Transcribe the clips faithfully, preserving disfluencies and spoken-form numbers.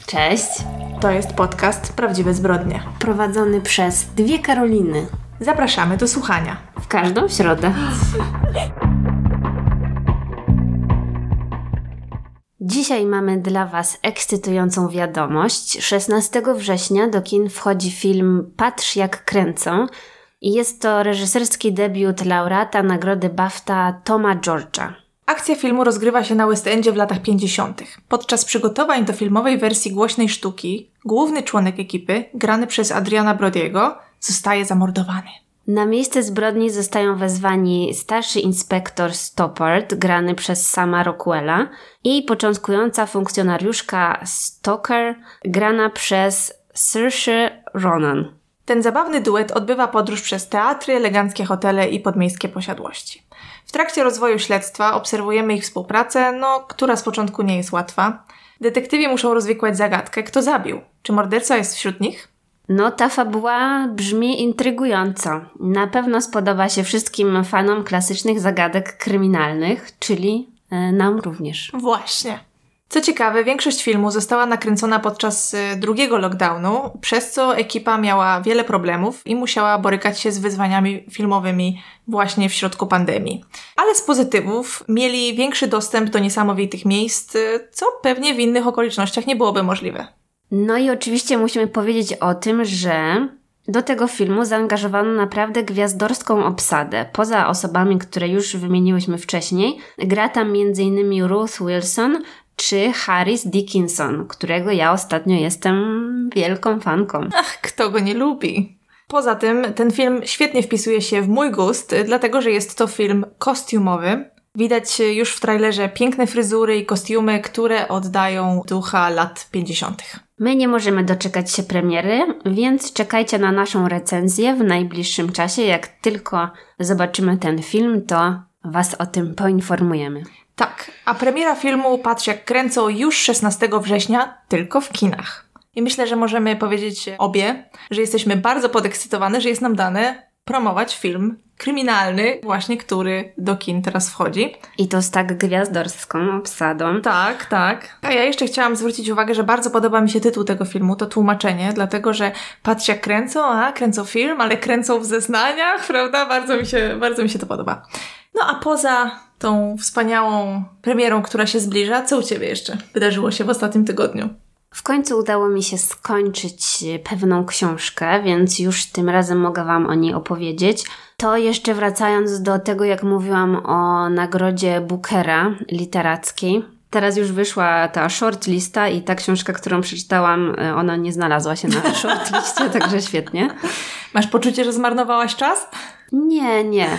Cześć. To jest podcast Prawdziwe Zbrodnie. Prowadzony przez dwie Karoliny. Zapraszamy do słuchania. W każdą środę. Dzisiaj mamy dla Was ekscytującą wiadomość. szesnastego września do kin wchodzi film Patrz jak kręcą i jest to reżyserski debiut laureata nagrody BAFTA Toma George'a. Akcja filmu rozgrywa się na West Endzie w latach pięćdziesiątych. Podczas przygotowań do filmowej wersji głośnej sztuki główny członek ekipy, grany przez Adriana Brody'ego, zostaje zamordowany. Na miejsce zbrodni zostają wezwani starszy inspektor Stoppard, grany przez Sama Rockwella, i początkująca funkcjonariuszka Stoker, grana przez Saoirse Ronan. Ten zabawny duet odbywa podróż przez teatry, eleganckie hotele i podmiejskie posiadłości. W trakcie rozwoju śledztwa obserwujemy ich współpracę, no, która z początku nie jest łatwa. Detektywi muszą rozwikłać zagadkę, kto zabił. Czy morderca jest wśród nich? No, ta fabuła brzmi intrygująco. Na pewno spodoba się wszystkim fanom klasycznych zagadek kryminalnych, czyli e, nam również. Właśnie. Co ciekawe, większość filmu została nakręcona podczas drugiego lockdownu, przez co ekipa miała wiele problemów i musiała borykać się z wyzwaniami filmowymi właśnie w środku pandemii. Ale z pozytywów mieli większy dostęp do niesamowitych miejsc, co pewnie w innych okolicznościach nie byłoby możliwe. No i oczywiście musimy powiedzieć o tym, że do tego filmu zaangażowano naprawdę gwiazdorską obsadę. Poza osobami, które już wymieniłyśmy wcześniej, gra tam między innymi Ruth Wilson czy Harris Dickinson, którego ja ostatnio jestem wielką fanką. Ach, kto go nie lubi? Poza tym ten film świetnie wpisuje się w mój gust, dlatego że jest to film kostiumowy. Widać już w trailerze piękne fryzury i kostiumy, które oddają ducha lat pięćdziesiątych. My nie możemy doczekać się premiery, więc czekajcie na naszą recenzję w najbliższym czasie. Jak tylko zobaczymy ten film, to Was o tym poinformujemy. Tak, a premiera filmu Patrz jak kręcą już szesnastego września, tylko w kinach. I myślę, że możemy powiedzieć obie, że jesteśmy bardzo podekscytowane, że jest nam dane promować film kryminalny, właśnie który do kin teraz wchodzi. I to z tak gwiazdorską obsadą. Tak, tak. A ja jeszcze chciałam zwrócić uwagę, że bardzo podoba mi się tytuł tego filmu, to tłumaczenie, dlatego że patrz jak kręcą, a kręcą film, ale kręcą w zeznaniach, prawda? Bardzo mi się, bardzo mi się to podoba. No a poza tą wspaniałą premierą, która się zbliża, co u Ciebie jeszcze wydarzyło się w ostatnim tygodniu? W końcu udało mi się skończyć pewną książkę, więc już tym razem mogę Wam o niej opowiedzieć. To jeszcze wracając do tego, jak mówiłam o nagrodzie Bookera literackiej. Teraz już wyszła ta shortlista i ta książka, którą przeczytałam, ona nie znalazła się na shortliście, także świetnie. Masz poczucie, że zmarnowałaś czas? Nie, nie.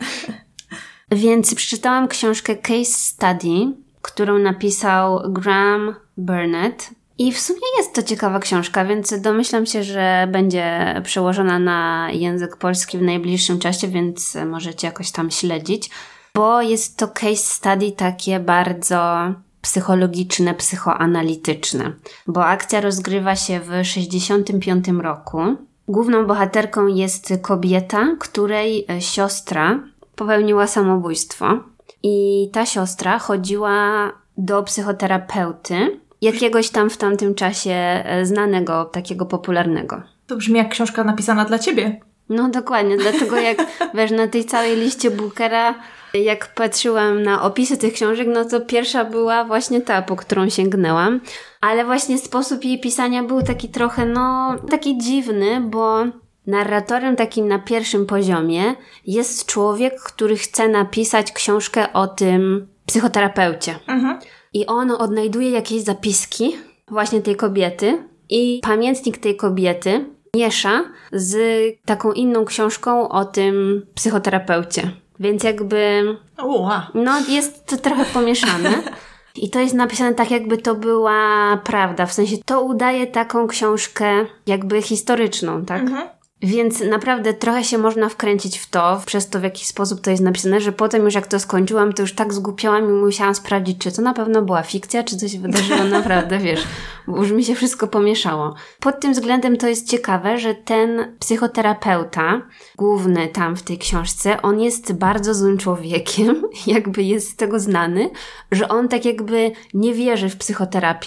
Więc przeczytałam książkę Case Study, którą napisał Graham Burnett. I w sumie jest to ciekawa książka, więc domyślam się, że będzie przełożona na język polski w najbliższym czasie, więc możecie jakoś tam śledzić. Bo jest to case study takie bardzo psychologiczne, psychoanalityczne. Bo akcja rozgrywa się w sześćdziesiątym piątym roku. Główną bohaterką jest kobieta, której siostra popełniła samobójstwo. I ta siostra chodziła do psychoterapeuty, jakiegoś tam w tamtym czasie znanego, takiego popularnego. To brzmi jak książka napisana dla Ciebie. No dokładnie, dlatego jak wiesz, na tej całej liście Bookera, jak patrzyłam na opisy tych książek, no to pierwsza była właśnie ta, po którą sięgnęłam. Ale właśnie sposób jej pisania był taki trochę, no, taki dziwny, bo narratorem takim na pierwszym poziomie jest człowiek, który chce napisać książkę o tym psychoterapeucie. Mhm. I on odnajduje jakieś zapiski właśnie tej kobiety i pamiętnik tej kobiety miesza z taką inną książką o tym psychoterapeucie. Więc jakby Uła. no jest to trochę pomieszane. I to jest napisane tak, jakby to była prawda. W sensie to udaje taką książkę jakby historyczną, tak? Mhm. Więc naprawdę trochę się można wkręcić w to, przez to w jaki sposób to jest napisane, że potem już jak to skończyłam, to już tak zgłupiałam i musiałam sprawdzić, czy to na pewno była fikcja, czy coś się wydarzyło naprawdę, wiesz, bo już mi się wszystko pomieszało. Pod tym względem to jest ciekawe, że ten psychoterapeuta, główny tam w tej książce, on jest bardzo złym człowiekiem, jakby jest z tego znany, że on tak jakby nie wierzy w psychoterapię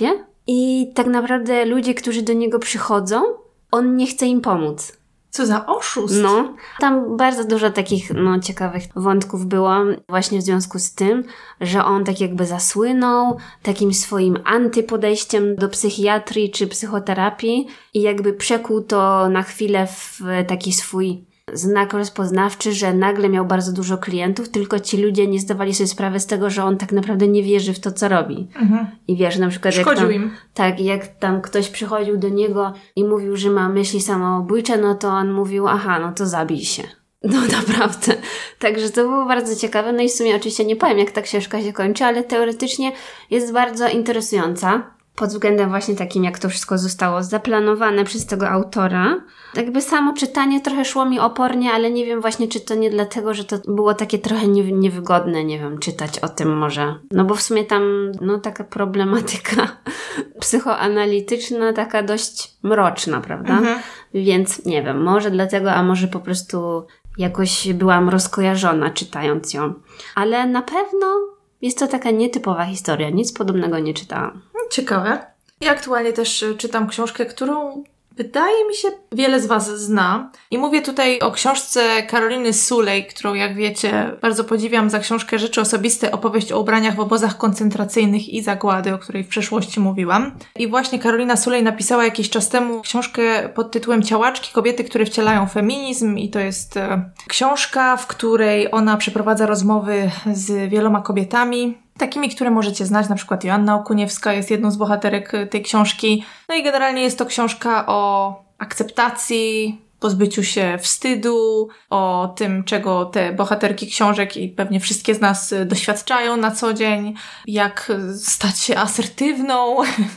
i tak naprawdę ludzie, którzy do niego przychodzą, on nie chce im pomóc. Co za oszust. No, tam bardzo dużo takich no, ciekawych wątków było właśnie w związku z tym, że on tak jakby zasłynął takim swoim antypodejściem do psychiatrii czy psychoterapii i jakby przekuł to na chwilę w taki swój znak rozpoznawczy, że nagle miał bardzo dużo klientów, tylko ci ludzie nie zdawali sobie sprawy z tego, że on tak naprawdę nie wierzy w to, co robi. Mhm. I wiesz, na przykład jak tam, im. tak, jak tam ktoś przychodził do niego i mówił, że ma myśli samobójcze, no to on mówił, aha, no to zabij się. No naprawdę. Także to było bardzo ciekawe. No i w sumie oczywiście nie powiem, jak ta książka się kończy, ale teoretycznie jest bardzo interesująca. Pod względem właśnie takim, jak to wszystko zostało zaplanowane przez tego autora. Jakby samo czytanie trochę szło mi opornie, ale nie wiem właśnie, czy to nie dlatego, że to było takie trochę nie, niewygodne, nie wiem, czytać o tym może. No bo w sumie tam, no taka problematyka psychoanalityczna, taka dość mroczna, prawda? Mhm. Więc nie wiem, może dlatego, a może po prostu jakoś byłam rozkojarzona czytając ją. Ale na pewno jest to taka nietypowa historia, nic podobnego nie czytałam. Ciekawe. Ja aktualnie też czytam książkę, którą wydaje mi się wiele z Was zna. I mówię tutaj o książce Karoliny Sulej, którą jak wiecie bardzo podziwiam za książkę Rzeczy osobiste, opowieść o ubraniach w obozach koncentracyjnych i zagłady, o której w przeszłości mówiłam. I właśnie Karolina Sulej napisała jakiś czas temu książkę pod tytułem Ciałaczki, kobiety, które wcielają feminizm i to jest e, książka, w której ona przeprowadza rozmowy z wieloma kobietami, takimi, które możecie znać, na przykład Joanna Okuniewska jest jedną z bohaterek tej książki. No i generalnie jest to książka o akceptacji, pozbyciu się wstydu, o tym, czego te bohaterki książek i pewnie wszystkie z nas doświadczają na co dzień, jak stać się asertywną,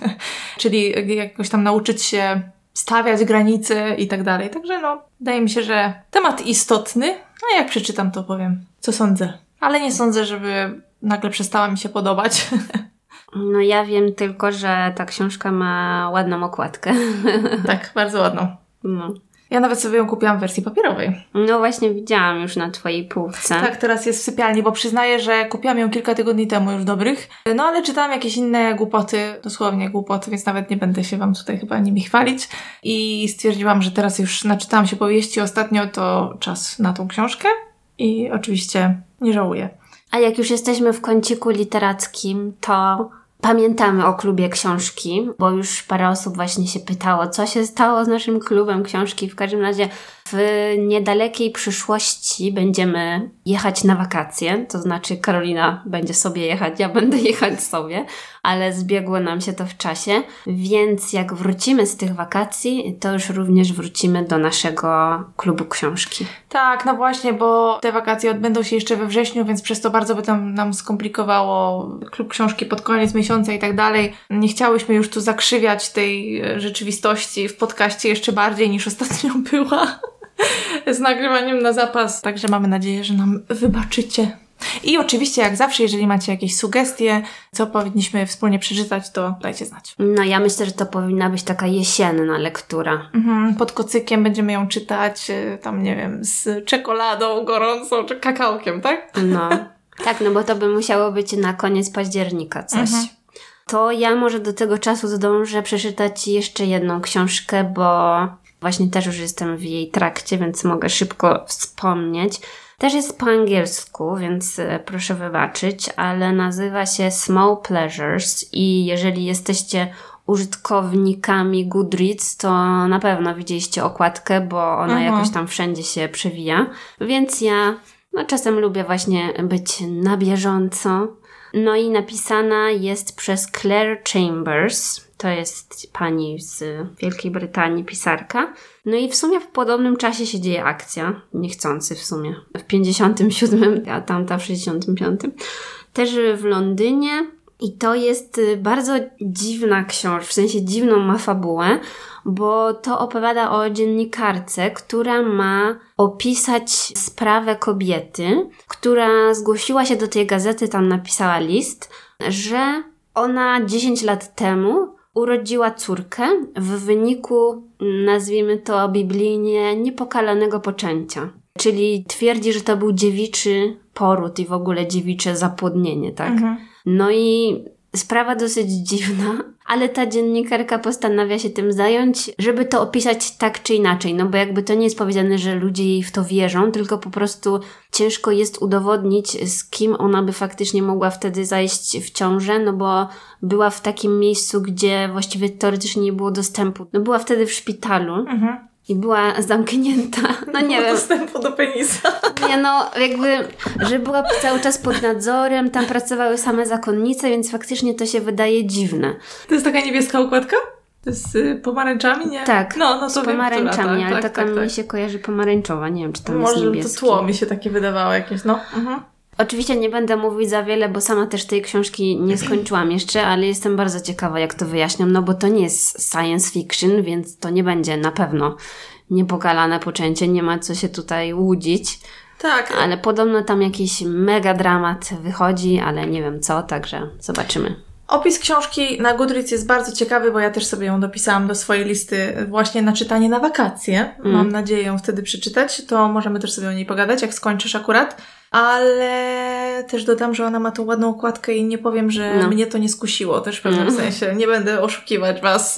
czyli jakoś tam nauczyć się stawiać granice i tak dalej. Także no, wydaje mi się, że temat istotny, a jak przeczytam, to powiem, co sądzę. Ale nie sądzę, żeby nagle przestała mi się podobać. No ja wiem tylko, że ta książka ma ładną okładkę. Tak, bardzo ładną. No. Ja nawet sobie ją kupiłam w wersji papierowej. No właśnie widziałam już na twojej półce. Tak, teraz jest w sypialni, bo przyznaję, że kupiłam ją kilka tygodni temu już dobrych. No ale czytałam jakieś inne głupoty, dosłownie głupoty, więc nawet nie będę się Wam tutaj chyba nimi chwalić. I stwierdziłam, że teraz już naczytałam się powieści ostatnio, to czas na tą książkę. I oczywiście nie żałuję. A jak już jesteśmy w kąciku literackim, to pamiętamy o klubie książki, bo już parę osób właśnie się pytało, co się stało z naszym klubem książki. W każdym razie w niedalekiej przyszłości będziemy jechać na wakacje, to znaczy Karolina będzie sobie jechać, ja będę jechać sobie, ale zbiegło nam się to w czasie, więc jak wrócimy z tych wakacji, to już również wrócimy do naszego klubu książki. Tak, no właśnie, bo te wakacje odbędą się jeszcze we wrześniu, więc przez to bardzo by tam nam skomplikowało klub książki pod koniec miesiąca i tak dalej. Nie chciałyśmy już tu zakrzywiać tej rzeczywistości w podcaście jeszcze bardziej niż ostatnio była z nagrywaniem na zapas. Także mamy nadzieję, że nam wybaczycie. I oczywiście, jak zawsze, jeżeli macie jakieś sugestie, co powinniśmy wspólnie przeczytać, to dajcie znać. No ja myślę, że to powinna być taka jesienna lektura. Mhm, pod kocykiem będziemy ją czytać, tam nie wiem, z czekoladą gorącą, czy kakałkiem, tak? No, tak, no bo to by musiało być na koniec października coś. Mhm. To ja może do tego czasu zdążę przeczytać jeszcze jedną książkę, bo właśnie też już jestem w jej trakcie, więc mogę szybko wspomnieć. Też jest po angielsku, więc proszę wybaczyć, ale nazywa się Small Pleasures i jeżeli jesteście użytkownikami Goodreads, to na pewno widzieliście okładkę, bo ona mhm. jakoś tam wszędzie się przewija. Więc ja no, czasem lubię właśnie być na bieżąco. No i napisana jest przez Claire Chambers. To jest pani z Wielkiej Brytanii, pisarka. No i w sumie w podobnym czasie się dzieje akcja, niechcący w sumie. W pięćdziesiątym siódmym, a tamta w sześćdziesiątym piątym. Też w Londynie. I to jest bardzo dziwna książka, w sensie dziwną ma fabułę, bo to opowiada o dziennikarce, która ma opisać sprawę kobiety, która zgłosiła się do tej gazety, tam napisała list, że ona dziesięć lat temu urodziła córkę w wyniku, nazwijmy to biblijnie, niepokalanego poczęcia. Czyli twierdzi, że to był dziewiczy poród i w ogóle dziewicze zapłodnienie, tak? Mhm. No i sprawa dosyć dziwna, ale ta dziennikarka postanawia się tym zająć, żeby to opisać tak czy inaczej, no bo jakby to nie jest powiedziane, że ludzie jej w to wierzą, tylko po prostu ciężko jest udowodnić, z kim ona by faktycznie mogła wtedy zajść w ciążę, no bo była w takim miejscu, gdzie właściwie teoretycznie nie było dostępu. No była wtedy w szpitalu. Mhm. I była zamknięta. No nie wiem. Dostępu do penisa. Nie no, jakby, że była cały czas pod nadzorem, tam pracowały same zakonnice, więc faktycznie to się wydaje dziwne. To jest taka niebieska układka? To jest z y, pomarańczami, nie? Tak, no, no to z pomarańczami, wiem, która, ale tak, taka tak, tak, mi się kojarzy pomarańczowa, nie wiem, czy tam może jest niebieski. to tło mi się takie wydawało jakieś, no. Mhm. Oczywiście nie będę mówić za wiele, bo sama też tej książki nie skończyłam jeszcze, ale jestem bardzo ciekawa, jak to wyjaśnią, no bo to nie jest science fiction, więc to nie będzie na pewno niepokalane poczęcie, nie ma co się tutaj łudzić. Tak. Ale podobno tam jakiś mega dramat wychodzi, ale nie wiem co, także zobaczymy. Opis książki na Goodreads jest bardzo ciekawy, bo ja też sobie ją dopisałam do swojej listy właśnie na czytanie na wakacje. Mm. Mam nadzieję ją wtedy przeczytać, to możemy też sobie o niej pogadać, jak skończysz akurat. Ale też dodam, że ona ma tą ładną okładkę i nie powiem, że no. mnie to nie skusiło też w pewnym mm. sensie. Nie będę oszukiwać was.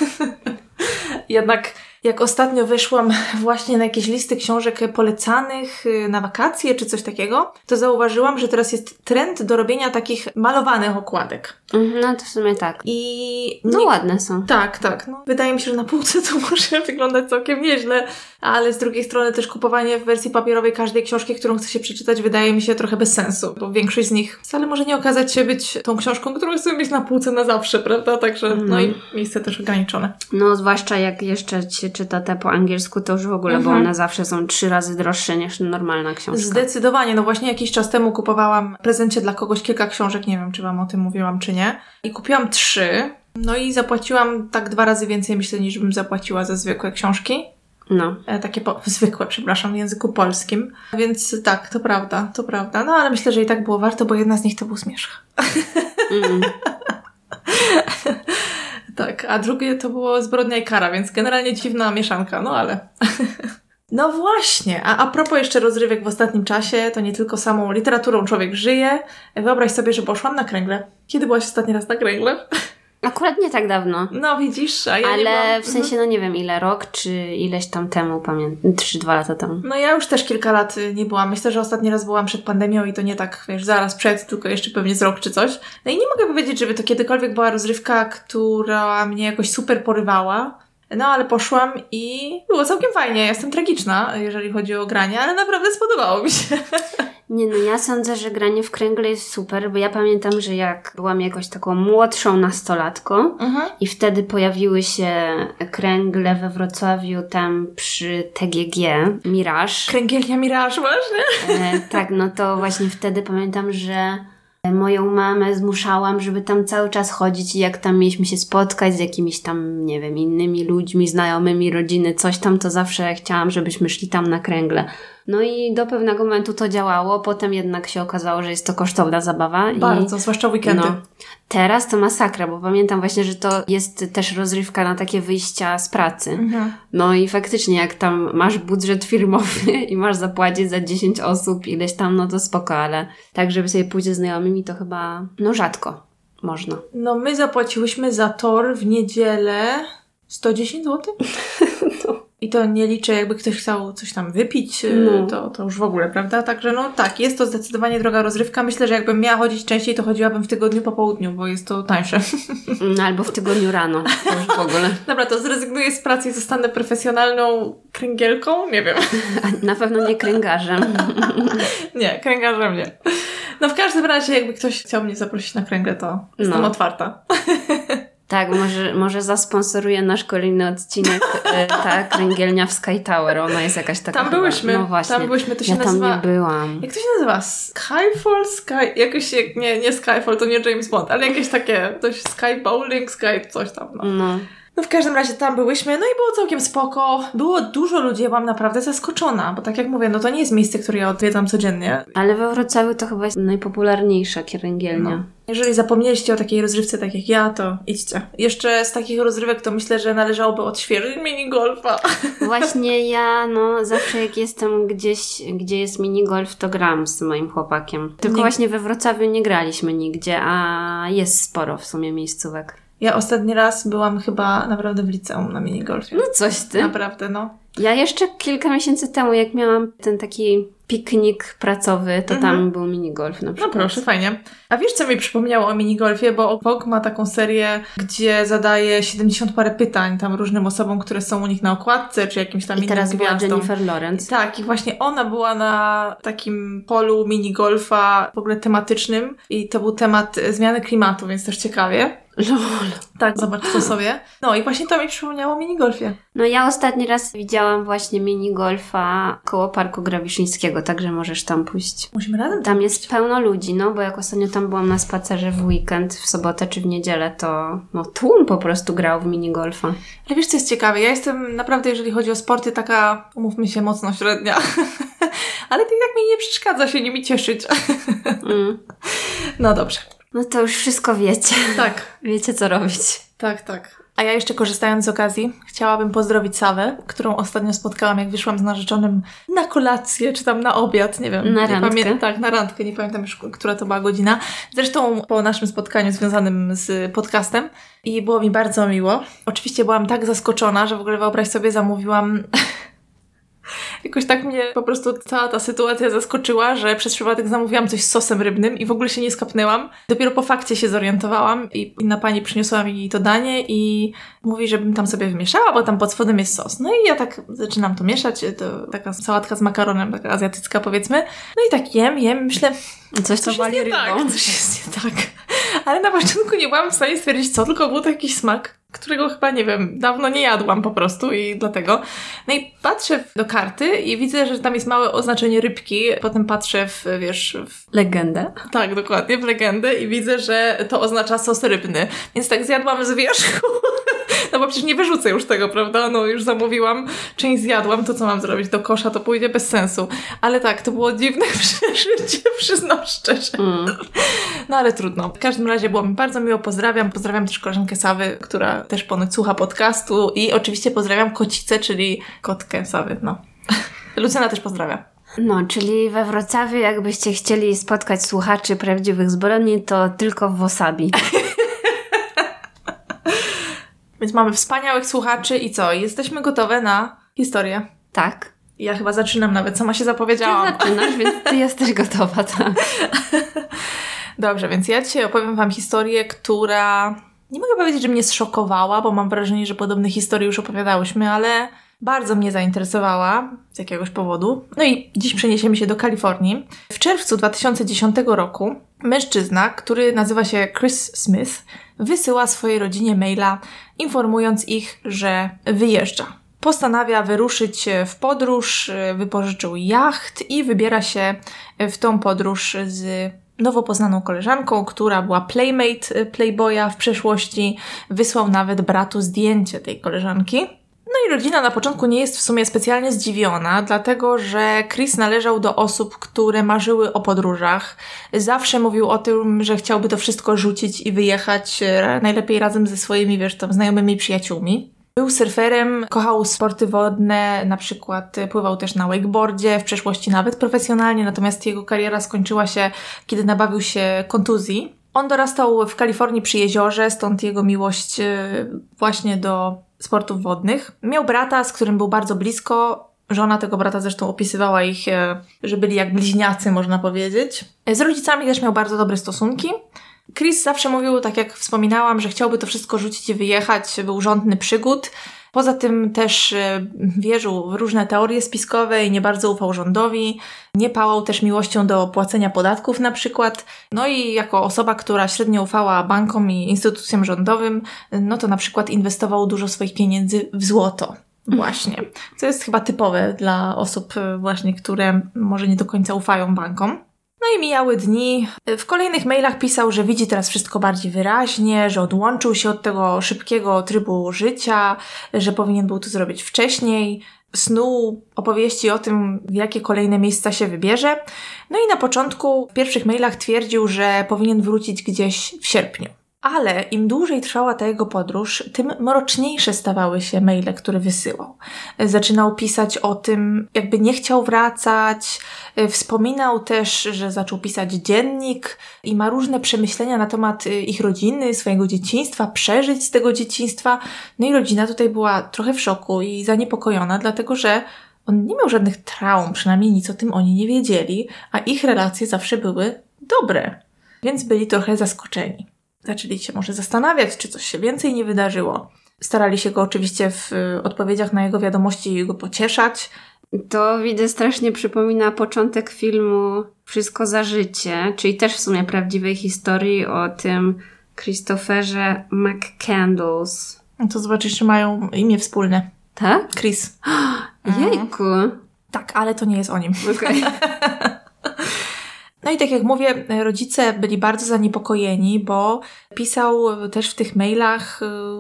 Jednak jak ostatnio wyszłam właśnie na jakieś listy książek polecanych na wakacje czy coś takiego, to zauważyłam, że teraz jest trend do robienia takich malowanych okładek. No to w sumie tak. I no nie... ładne są. Tak, tak. No, wydaje mi się, że na półce to może wyglądać całkiem nieźle, ale z drugiej strony też kupowanie w wersji papierowej każdej książki, którą chcę się przeczytać, wydaje mi się trochę bez sensu, bo większość z nich wcale może nie okazać się być tą książką, którą chcę mieć na półce na zawsze, prawda? Także mm. no i miejsce też ograniczone. No zwłaszcza jak jeszcze się czyta te po angielsku, to już w ogóle, mhm. bo one zawsze są trzy razy droższe niż normalna książka. Zdecydowanie. No właśnie jakiś czas temu kupowałam w prezencie dla kogoś kilka książek, nie wiem, czy wam o tym mówiłam, czy nie. I kupiłam trzy. No i zapłaciłam tak dwa razy więcej, myślę, niż bym zapłaciła za zwykłe książki. No. E, takie po, zwykłe, przepraszam, w języku polskim. Więc tak, to prawda, to prawda. No ale myślę, że i tak było warto, bo jedna z nich to był Zmierzch. Mm. Tak, a drugie to było Zbrodnia i kara, więc generalnie dziwna mieszanka, no ale... No właśnie, a a propos jeszcze rozrywek w ostatnim czasie, to nie tylko samą literaturą człowiek żyje. Wyobraź sobie, że poszłam na kręgle. Kiedy byłaś ostatni raz na kręgle? Akurat nie tak dawno. No widzisz, a ja ale nie byłam... w sensie, no nie wiem ile, rok czy ileś tam temu, pamiętam, trzy dwa lata temu. No ja już też kilka lat nie byłam. Myślę, że ostatni raz byłam przed pandemią i to nie tak, wiesz, zaraz przed, tylko jeszcze pewnie z rok czy coś. No i nie mogę powiedzieć, żeby to kiedykolwiek była rozrywka, która mnie jakoś super porywała. No ale poszłam i było całkiem fajnie. Ja jestem tragiczna, jeżeli chodzi o granie, ale naprawdę spodobało mi się. Nie no, ja sądzę, że granie w kręgle jest super, bo ja pamiętam, że jak byłam jakoś taką młodszą nastolatką mhm. i wtedy pojawiły się kręgle we Wrocławiu tam przy T G G, Mirage. Kręgielnia Mirage właśnie? E, tak, no to właśnie wtedy pamiętam, że moją mamę zmuszałam, żeby tam cały czas chodzić i jak tam mieliśmy się spotkać z jakimiś tam, nie wiem, innymi ludźmi, znajomymi, rodziny, coś tam, to zawsze chciałam, żebyśmy szli tam na kręgle. No i do pewnego momentu to działało, potem jednak się okazało, że jest to kosztowna zabawa. Bardzo, i, zwłaszcza weekendy. No, teraz to masakra, bo pamiętam właśnie, że to jest też rozrywka na takie wyjścia z pracy. Mhm. No i faktycznie jak tam masz budżet firmowy i masz zapłacić za dziesięć osób ileś tam, no to spoko, ale tak, żeby sobie pójść ze znajomymi, to chyba, no rzadko można. No my zapłaciłyśmy za tor w niedzielę sto dziesięć złotych? No. I to nie liczę, jakby ktoś chciał coś tam wypić, no. to, to już w ogóle, prawda? Także no tak, jest to zdecydowanie droga rozrywka. Myślę, że jakbym miała chodzić częściej, to chodziłabym w tygodniu po południu, bo jest to tańsze. No, albo w tygodniu rano, to już w ogóle. Dobra, to zrezygnuję z pracy i zostanę profesjonalną kręgielką? Nie wiem. Na pewno nie kręgarzem. Nie, kręgarzem nie. No w każdym razie, jakby ktoś chciał mnie zaprosić na kręgle, to jestem no. otwarta. Tak, może, może zasponsoruje nasz kolejny odcinek e, ta kręgielnia w Sky Tower. Ona jest jakaś taka... Tam byłyśmy. No właśnie. Tam byłyśmy, to się ja nazywa... tam nie byłam. Jak to się nazywa? Skyfall? Sky... Jakoś nie, nie Skyfall, to nie James Bond, ale jakieś takie coś Sky Bowling, Sky coś tam. No. no. No w każdym razie tam byłyśmy, no i było całkiem spoko. Było dużo ludzi, ja byłam naprawdę zaskoczona, bo tak jak mówię, no to nie jest miejsce, które ja odwiedzam codziennie. Ale we Wrocławiu to chyba jest najpopularniejsza kręgielnia. No. Jeżeli zapomnieliście o takiej rozrywce tak jak ja, to idźcie. Jeszcze z takich rozrywek to myślę, że należałoby odświeżyć minigolfa. Właśnie ja, no zawsze jak jestem gdzieś, gdzie jest minigolf, to gram z moim chłopakiem. Tylko nie... właśnie we Wrocławiu nie graliśmy nigdzie, a jest sporo w sumie miejscówek. Ja ostatni raz byłam chyba naprawdę w liceum na minigolfie. No coś ty. Naprawdę, no. Ja jeszcze kilka miesięcy temu, jak miałam ten taki piknik pracowy, to mhm. tam był minigolf na przykład. No proszę, fajnie. A wiesz, co mi przypomniało o minigolfie? Bo Vogue ma taką serię, gdzie zadaje siedemdziesiąt parę pytań tam różnym osobom, które są u nich na okładce, czy jakimś tam I innym teraz gwiazdom. była Jennifer Lawrence. Tak, i właśnie ona była na takim polu minigolfa w ogóle tematycznym i to był temat zmiany klimatu, więc też ciekawie. Lol. Tak, zobacz to sobie. No i właśnie to mi przypomniało o minigolfie. No ja ostatni raz widziałam właśnie minigolfa koło Parku Grawiszyńskiego, także możesz tam pójść. Musimy razem tam jest pójść. Pełno ludzi, no bo jak ostatnio tam byłam na spacerze w weekend, w sobotę czy w niedzielę, to no tłum po prostu grał w minigolfa. Ale wiesz, co jest ciekawe? Ja jestem naprawdę, jeżeli chodzi o sporty, taka, umówmy się, mocno średnia. Ale to i tak mi nie przeszkadza się nimi cieszyć. Mm. No dobrze. No to już wszystko wiecie. Tak. Wiecie, co robić. Tak, tak. A ja jeszcze korzystając z okazji, chciałabym pozdrowić Sawę, którą ostatnio spotkałam, jak wyszłam z narzeczonym na kolację, czy tam na obiad, nie wiem. Na nie randkę? Pamię- tak, na randkę, nie pamiętam już, która to była godzina. Zresztą po naszym spotkaniu związanym z podcastem i było mi bardzo miło. Oczywiście byłam tak zaskoczona, że w ogóle wyobraź sobie, zamówiłam... Jakoś tak mnie po prostu cała ta sytuacja zaskoczyła, że przez przypadek zamówiłam coś z sosem rybnym i w ogóle się nie skapnęłam. Dopiero po fakcie się zorientowałam i inna pani przyniosła mi to danie i mówi, żebym tam sobie wymieszała, bo tam pod spodem jest sos. No i ja tak zaczynam to mieszać, to taka sałatka z makaronem, taka azjatycka powiedzmy. No i tak jem, jem, myślę... Coś to wali rybą. Tak, coś jest nie tak. Ale na początku nie byłam w stanie stwierdzić co, tylko był to jakiś smak, którego chyba, nie wiem, dawno nie jadłam po prostu i dlatego. No i patrzę do karty i widzę, że tam jest małe oznaczenie rybki. Potem patrzę w, wiesz... W... Legendę. Tak, dokładnie, w legendę i widzę, że to oznacza sos rybny. Więc tak zjadłam z wierzchu. No bo przecież nie wyrzucę już tego, prawda? No już zamówiłam, część zjadłam, to co mam zrobić? Do kosza to pójdzie bez sensu. Ale tak, to było dziwne przeżycie, przyznam szczerze. Mm. No ale trudno. W każdym razie było mi bardzo miło, pozdrawiam. Pozdrawiam też koleżankę Sawy, która też ponoć słucha podcastu i oczywiście pozdrawiam kocicę, czyli kotkę Sawy, no. Lucyna też pozdrawia. No, czyli we Wrocławiu jakbyście chcieli spotkać słuchaczy prawdziwych zbrodni, to tylko w Wasabi. Więc mamy wspaniałych słuchaczy i co? Jesteśmy gotowe na historię. Tak. Ja chyba zaczynam nawet, sama się zapowiedziałam. Ty zaczynasz, więc ty jesteś gotowa, tak. Dobrze, więc ja dzisiaj opowiem wam historię, która... Nie mogę powiedzieć, że mnie zszokowała, bo mam wrażenie, że podobne historie już opowiadałyśmy, ale bardzo mnie zainteresowała z jakiegoś powodu. No i dziś przeniesiemy się do Kalifornii. W czerwcu dwa tysiące dziesiątego roku mężczyzna, który nazywa się Chris Smith, wysyła swojej rodzinie maila, informując ich, że wyjeżdża. Postanawia wyruszyć w podróż, wypożyczył jacht i wybiera się w tą podróż z nowo poznaną koleżanką, która była playmate Playboya w przeszłości. Wysłał nawet bratu zdjęcie tej koleżanki. No i rodzina na początku nie jest w sumie specjalnie zdziwiona, dlatego że Chris należał do osób, które marzyły o podróżach. Zawsze mówił o tym, że chciałby to wszystko rzucić i wyjechać, najlepiej razem ze swoimi, wiesz, tam znajomymi przyjaciółmi. Był surferem, kochał sporty wodne, na przykład pływał też na wakeboardzie, w przeszłości nawet profesjonalnie, natomiast jego kariera skończyła się, kiedy nabawił się kontuzji. On dorastał w Kalifornii przy jeziorze, stąd jego miłość właśnie do sportów wodnych. Miał brata, z którym był bardzo blisko. Żona tego brata zresztą opisywała ich, że byli jak bliźniacy, można powiedzieć. Z rodzicami też miał bardzo dobre stosunki. Chris zawsze mówił, tak jak wspominałam, że chciałby to wszystko rzucić i wyjechać, był żądny przygód. Poza tym też wierzył w różne teorie spiskowe i nie bardzo ufał rządowi. Nie pałał też miłością do płacenia podatków na przykład. No i jako osoba, która średnio ufała bankom i instytucjom rządowym, no to na przykład inwestował dużo swoich pieniędzy w złoto. Właśnie. Co jest chyba typowe dla osób właśnie, które może nie do końca ufają bankom. No i mijały dni. W kolejnych mailach pisał, że widzi teraz wszystko bardziej wyraźnie, że odłączył się od tego szybkiego trybu życia, że powinien był to zrobić wcześniej. Snuł opowieści o tym, w jakie kolejne miejsca się wybierze. No i na początku w pierwszych mailach twierdził, że powinien wrócić gdzieś w sierpniu. Ale im dłużej trwała ta jego podróż, tym mroczniejsze stawały się maile, które wysyłał. Zaczynał pisać o tym, jakby nie chciał wracać. Wspominał też, że zaczął pisać dziennik i ma różne przemyślenia na temat ich rodziny, swojego dzieciństwa, przeżyć z tego dzieciństwa. No i rodzina tutaj była trochę w szoku i zaniepokojona, dlatego że on nie miał żadnych traum, przynajmniej nic o tym oni nie wiedzieli, a ich relacje zawsze były dobre, więc byli trochę zaskoczeni. Zaczęli się może zastanawiać, czy coś się więcej nie wydarzyło. Starali się go oczywiście w odpowiedziach na jego wiadomości go pocieszać. To widzę strasznie przypomina początek filmu Wszystko za życie, czyli też w sumie prawdziwej historii o tym Christopherze McCandless. No to zobaczysz, że mają imię wspólne. Tak? Chris. Jejku. Tak, ale to nie jest o nim. Okej. No i tak jak mówię, rodzice byli bardzo zaniepokojeni, bo pisał też w tych mailach,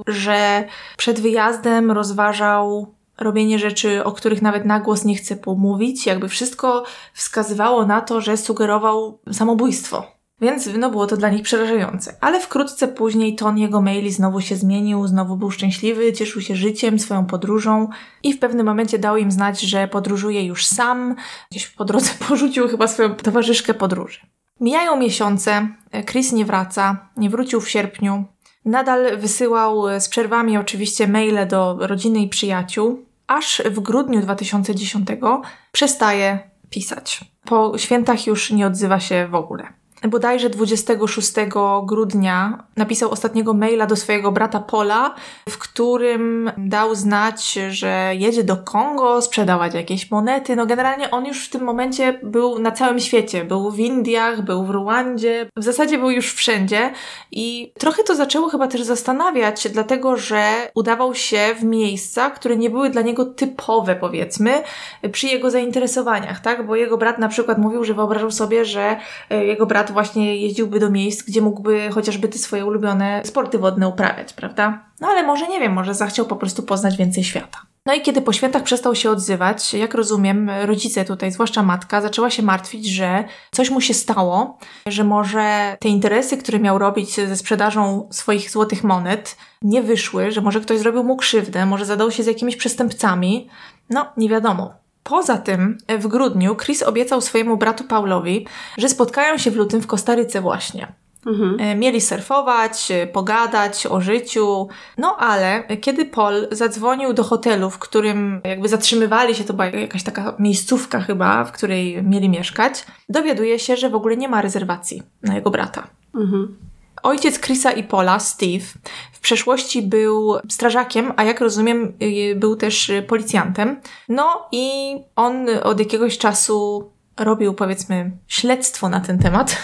że przed wyjazdem rozważał robienie rzeczy, o których nawet na głos nie chce pomówić. Jakby wszystko wskazywało na to, że sugerował samobójstwo. Więc no, było to dla nich przerażające. Ale wkrótce później ton jego maili znowu się zmienił, znowu był szczęśliwy, cieszył się życiem, swoją podróżą i w pewnym momencie dał im znać, że podróżuje już sam. Gdzieś po drodze porzucił chyba swoją towarzyszkę podróży. Mijają miesiące, Chris nie wraca, nie wrócił w sierpniu. Nadal wysyłał z przerwami oczywiście maile do rodziny i przyjaciół, aż w grudniu dwa tysiące dziesiątego przestaje pisać. Po świętach już nie odzywa się w ogóle. Bodajże dwudziestego szóstego grudnia napisał ostatniego maila do swojego brata Paula, w którym dał znać, że jedzie do Kongo sprzedawać jakieś monety. No generalnie on już w tym momencie był na całym świecie. Był w Indiach, był w Ruandzie. W zasadzie był już wszędzie i trochę to zaczęło chyba też zastanawiać, dlatego że udawał się w miejsca, które nie były dla niego typowe, powiedzmy, przy jego zainteresowaniach, tak? Bo jego brat na przykład mówił, że wyobrażał sobie, że jego brat właśnie jeździłby do miejsc, gdzie mógłby chociażby te swoje ulubione sporty wodne uprawiać, prawda? No ale może, nie wiem, może zachciał po prostu poznać więcej świata. No i kiedy po świętach przestał się odzywać, jak rozumiem, rodzice tutaj, zwłaszcza matka, zaczęła się martwić, że coś mu się stało, że może te interesy, które miał robić ze sprzedażą swoich złotych monet, nie wyszły, że może ktoś zrobił mu krzywdę, może zadał się z jakimiś przestępcami. No, nie wiadomo. Poza tym w grudniu Chris obiecał swojemu bratu Paulowi, że spotkają się w lutym w Kostaryce właśnie. Mhm. Mieli surfować, pogadać o życiu. No ale kiedy Paul zadzwonił do hotelu, w którym jakby zatrzymywali się, to była jakaś taka miejscówka chyba, w której mieli mieszkać, dowiaduje się, że w ogóle nie ma rezerwacji na jego brata. Mhm. Ojciec Chrisa i Paula, Steve, w przeszłości był strażakiem, a jak rozumiem był też policjantem. No i on od jakiegoś czasu robił, powiedzmy, śledztwo na ten temat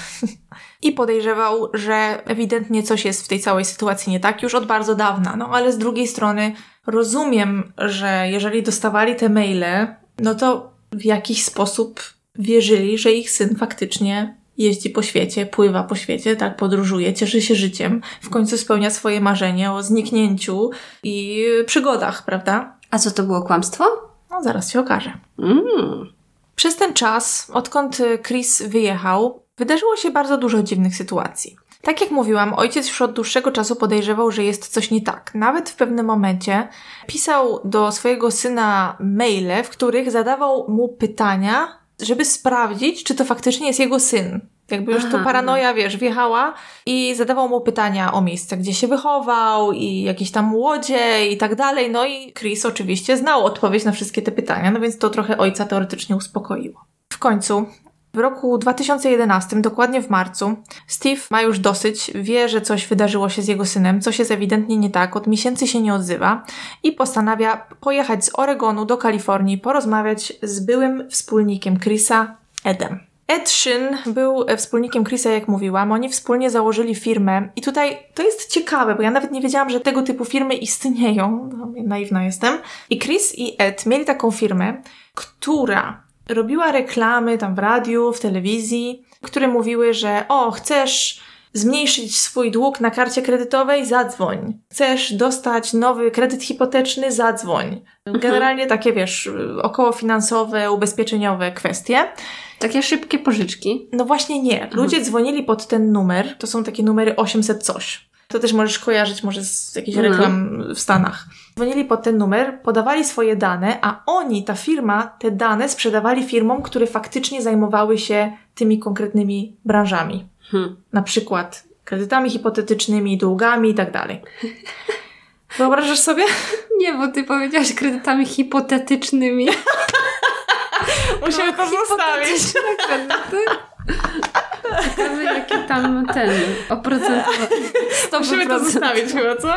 i podejrzewał, że ewidentnie coś jest w tej całej sytuacji nie tak już od bardzo dawna. No ale z drugiej strony rozumiem, że jeżeli dostawali te maile, no to w jakiś sposób wierzyli, że ich syn faktycznie jeździ po świecie, pływa po świecie, tak, podróżuje, cieszy się życiem, w końcu spełnia swoje marzenie o zniknięciu i przygodach, prawda? A co to było, kłamstwo? No, zaraz się okaże. Mm. Przez ten czas, odkąd Chris wyjechał, wydarzyło się bardzo dużo dziwnych sytuacji. Tak jak mówiłam, ojciec już od dłuższego czasu podejrzewał, że jest coś nie tak. Nawet w pewnym momencie pisał do swojego syna maile, w których zadawał mu pytania, żeby sprawdzić, czy to faktycznie jest jego syn. Jakby już to paranoja, wiesz, wjechała i zadawał mu pytania o miejsce, gdzie się wychował i jakieś tam łodzie i tak dalej. No i Chris oczywiście znał odpowiedź na wszystkie te pytania, no więc to trochę ojca teoretycznie uspokoiło. W końcu w roku dwa tysiące jedenastym, dokładnie w marcu, Steve ma już dosyć, wie, że coś wydarzyło się z jego synem, coś jest ewidentnie nie tak, od miesięcy się nie odzywa i postanawia pojechać z Oregonu do Kalifornii, porozmawiać z byłym wspólnikiem Chrisa, Edem. Ed Sheeran był wspólnikiem Chrisa, jak mówiłam. Oni wspólnie założyli firmę i tutaj to jest ciekawe, bo ja nawet nie wiedziałam, że tego typu firmy istnieją. No, naiwna jestem. I Chris i Ed mieli taką firmę, która robiła reklamy tam w radiu, w telewizji, które mówiły, że o, chcesz zmniejszyć swój dług na karcie kredytowej? Zadzwoń. Chcesz dostać nowy kredyt hipoteczny? Zadzwoń. Generalnie takie, wiesz, okołofinansowe, ubezpieczeniowe kwestie. Takie szybkie pożyczki? No właśnie nie. Ludzie dzwonili pod ten numer, to są takie numery osiemset coś. To też możesz kojarzyć może z jakichś reklam w Stanach. Dzwonili pod ten numer, podawali swoje dane, a oni, ta firma, te dane sprzedawali firmom, które faktycznie zajmowały się tymi konkretnymi branżami. Hmm. Na przykład kredytami hipotetycznymi, długami i tak dalej. Wyobrażasz sobie? Nie, bo ty powiedziałaś kredytami hipotetycznymi. Musimy to zostawić. Ciekawe, jakie tam ten oprocentowanie. Musimy to zostawić chyba, co?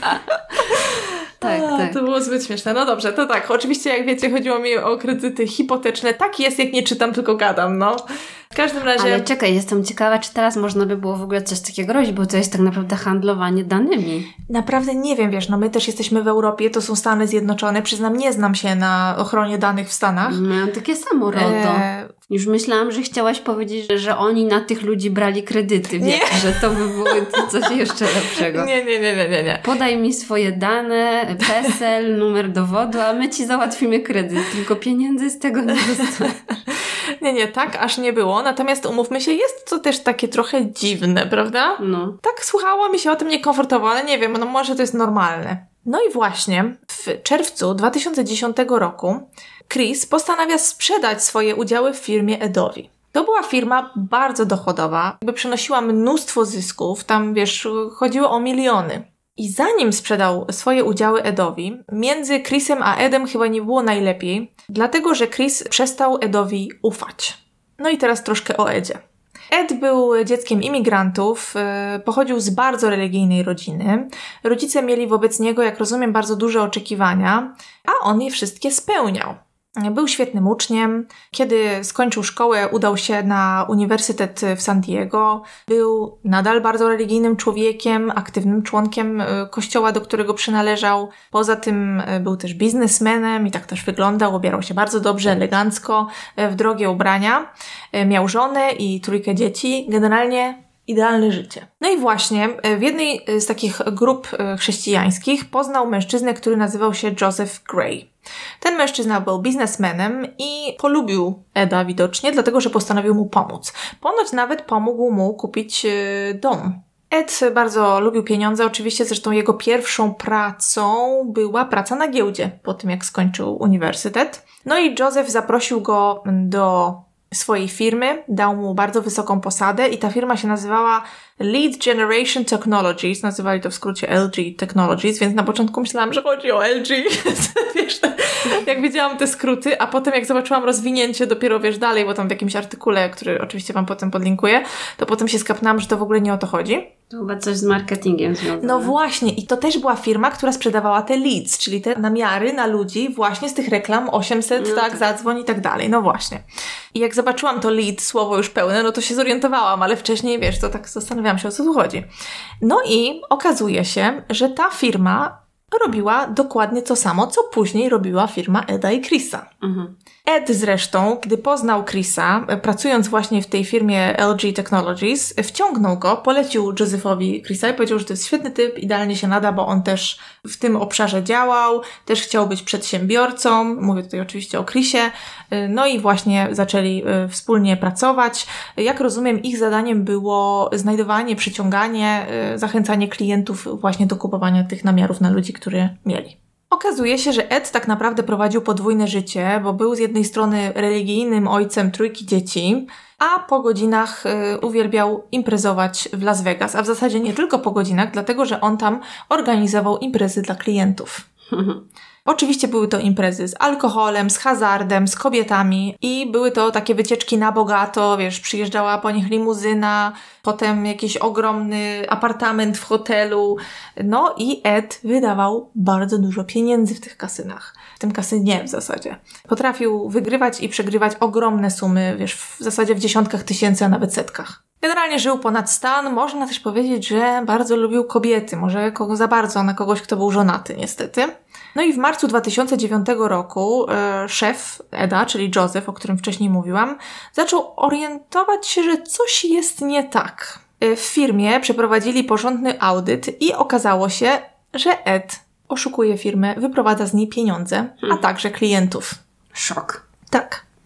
Tak, A, tak. To było zbyt śmieszne. No dobrze, to tak. Oczywiście, jak wiecie, chodziło mi o kredyty hipoteczne. Tak jest, jak nie czytam, tylko gadam, no. W każdym razie... Ale czekaj, jestem ciekawa, czy teraz można by było w ogóle coś takiego robić, bo to jest tak naprawdę handlowanie danymi. Naprawdę nie wiem, wiesz, no my też jesteśmy w Europie, to są Stany Zjednoczone. Przyznam, nie znam się na ochronie danych w Stanach. Miałam takie samo RODO. E... Już myślałam, że chciałaś powiedzieć, że oni na tych ludzi brali kredyty, wiesz, że to by było coś jeszcze lepszego. Nie, nie, nie, nie, nie, nie. Podaj mi swoje dane, P E S E L, numer dowodu, a my ci załatwimy kredyt, tylko pieniędzy z tego nie dostaniesz. Nie, nie, tak aż nie było. Natomiast umówmy się, jest to też takie trochę dziwne, prawda? No. Tak słuchało mi się o tym niekomfortowo, ale nie wiem, no może to jest normalne. No i właśnie w czerwcu dwa tysiące dziesiątego roku Chris postanawia sprzedać swoje udziały w firmie Edowi. To była firma bardzo dochodowa, jakby przynosiła mnóstwo zysków, tam wiesz, chodziło o miliony. I zanim sprzedał swoje udziały Edowi, między Chrisem a Edem chyba nie było najlepiej, dlatego że Chris przestał Edowi ufać. No i teraz troszkę o Edzie. Ed był dzieckiem imigrantów, pochodził z bardzo religijnej rodziny. Rodzice mieli wobec niego, jak rozumiem, bardzo duże oczekiwania, a on je wszystkie spełniał. Był świetnym uczniem. Kiedy skończył szkołę, udał się na uniwersytet w San Diego. Był nadal bardzo religijnym człowiekiem, aktywnym członkiem kościoła, do którego przynależał. Poza tym był też biznesmenem i tak też wyglądał. Ubierał się bardzo dobrze, elegancko, w drogie ubrania. Miał żonę i trójkę dzieci. Generalnie idealne życie. No i właśnie w jednej z takich grup chrześcijańskich poznał mężczyznę, który nazywał się Joseph Gray. Ten mężczyzna był biznesmenem i polubił Eda widocznie, dlatego że postanowił mu pomóc. Ponoć nawet pomógł mu kupić dom. Ed bardzo lubił pieniądze, oczywiście, zresztą jego pierwszą pracą była praca na giełdzie, po tym jak skończył uniwersytet. No i Joseph zaprosił go do swojej firmy, dał mu bardzo wysoką posadę i ta firma się nazywała Lead Generation Technologies, nazywali to w skrócie L G Technologies, więc na początku myślałam, że chodzi o L G, wiesz, jak widziałam te skróty, a potem jak zobaczyłam rozwinięcie dopiero, wiesz, dalej, bo tam w jakimś artykule, który oczywiście wam potem podlinkuję, to potem się skapnęłam, że to w ogóle nie o to chodzi. To chyba coś z marketingiem związane. No właśnie, i to też była firma, która sprzedawała te leads, czyli te namiary na ludzi właśnie z tych reklam osiemset, no tak, tak, zadzwoń i tak dalej, no właśnie. I jak zobaczyłam to lead, słowo już pełne, no to się zorientowałam, ale wcześniej, wiesz, to tak zastanawiałam się, o co tu chodzi. No i okazuje się, że ta firma robiła dokładnie to samo, co później robiła firma Eda i Chrisa. Mhm. Ed zresztą, gdy poznał Chrisa, pracując właśnie w tej firmie L G Technologies, wciągnął go, polecił Josephowi Chrisa i powiedział, że to jest świetny typ, idealnie się nada, bo on też w tym obszarze działał, też chciał być przedsiębiorcą, mówię tutaj oczywiście o Chrisie, no i właśnie zaczęli wspólnie pracować. Jak rozumiem, ich zadaniem było znajdowanie, przyciąganie, zachęcanie klientów właśnie do kupowania tych namiarów na ludzi, które mieli. Okazuje się, że Ed tak naprawdę prowadził podwójne życie, bo był z jednej strony religijnym ojcem trójki dzieci, a po godzinach y, uwielbiał imprezować w Las Vegas, a w zasadzie nie tylko po godzinach, dlatego że on tam organizował imprezy dla klientów. Oczywiście były to imprezy z alkoholem, z hazardem, z kobietami i były to takie wycieczki na bogato, wiesz, przyjeżdżała po nich limuzyna, potem jakiś ogromny apartament w hotelu, no i Ed wydawał bardzo dużo pieniędzy w tych kasynach, w tym kasynie w zasadzie. Potrafił wygrywać i przegrywać ogromne sumy, wiesz, w zasadzie w dziesiątkach tysięcy, a nawet setkach. Generalnie żył ponad stan, można też powiedzieć, że bardzo lubił kobiety, może kogo za bardzo na kogoś, kto był żonaty niestety. No i w marcu dwa tysiące dziewiątego roku e, szef Eda, czyli Joseph, o którym wcześniej mówiłam, zaczął orientować się, że coś jest nie tak. E, w firmie przeprowadzili porządny audyt i okazało się, że Ed oszukuje firmę, wyprowadza z niej pieniądze, a także klientów. Szok. Tak.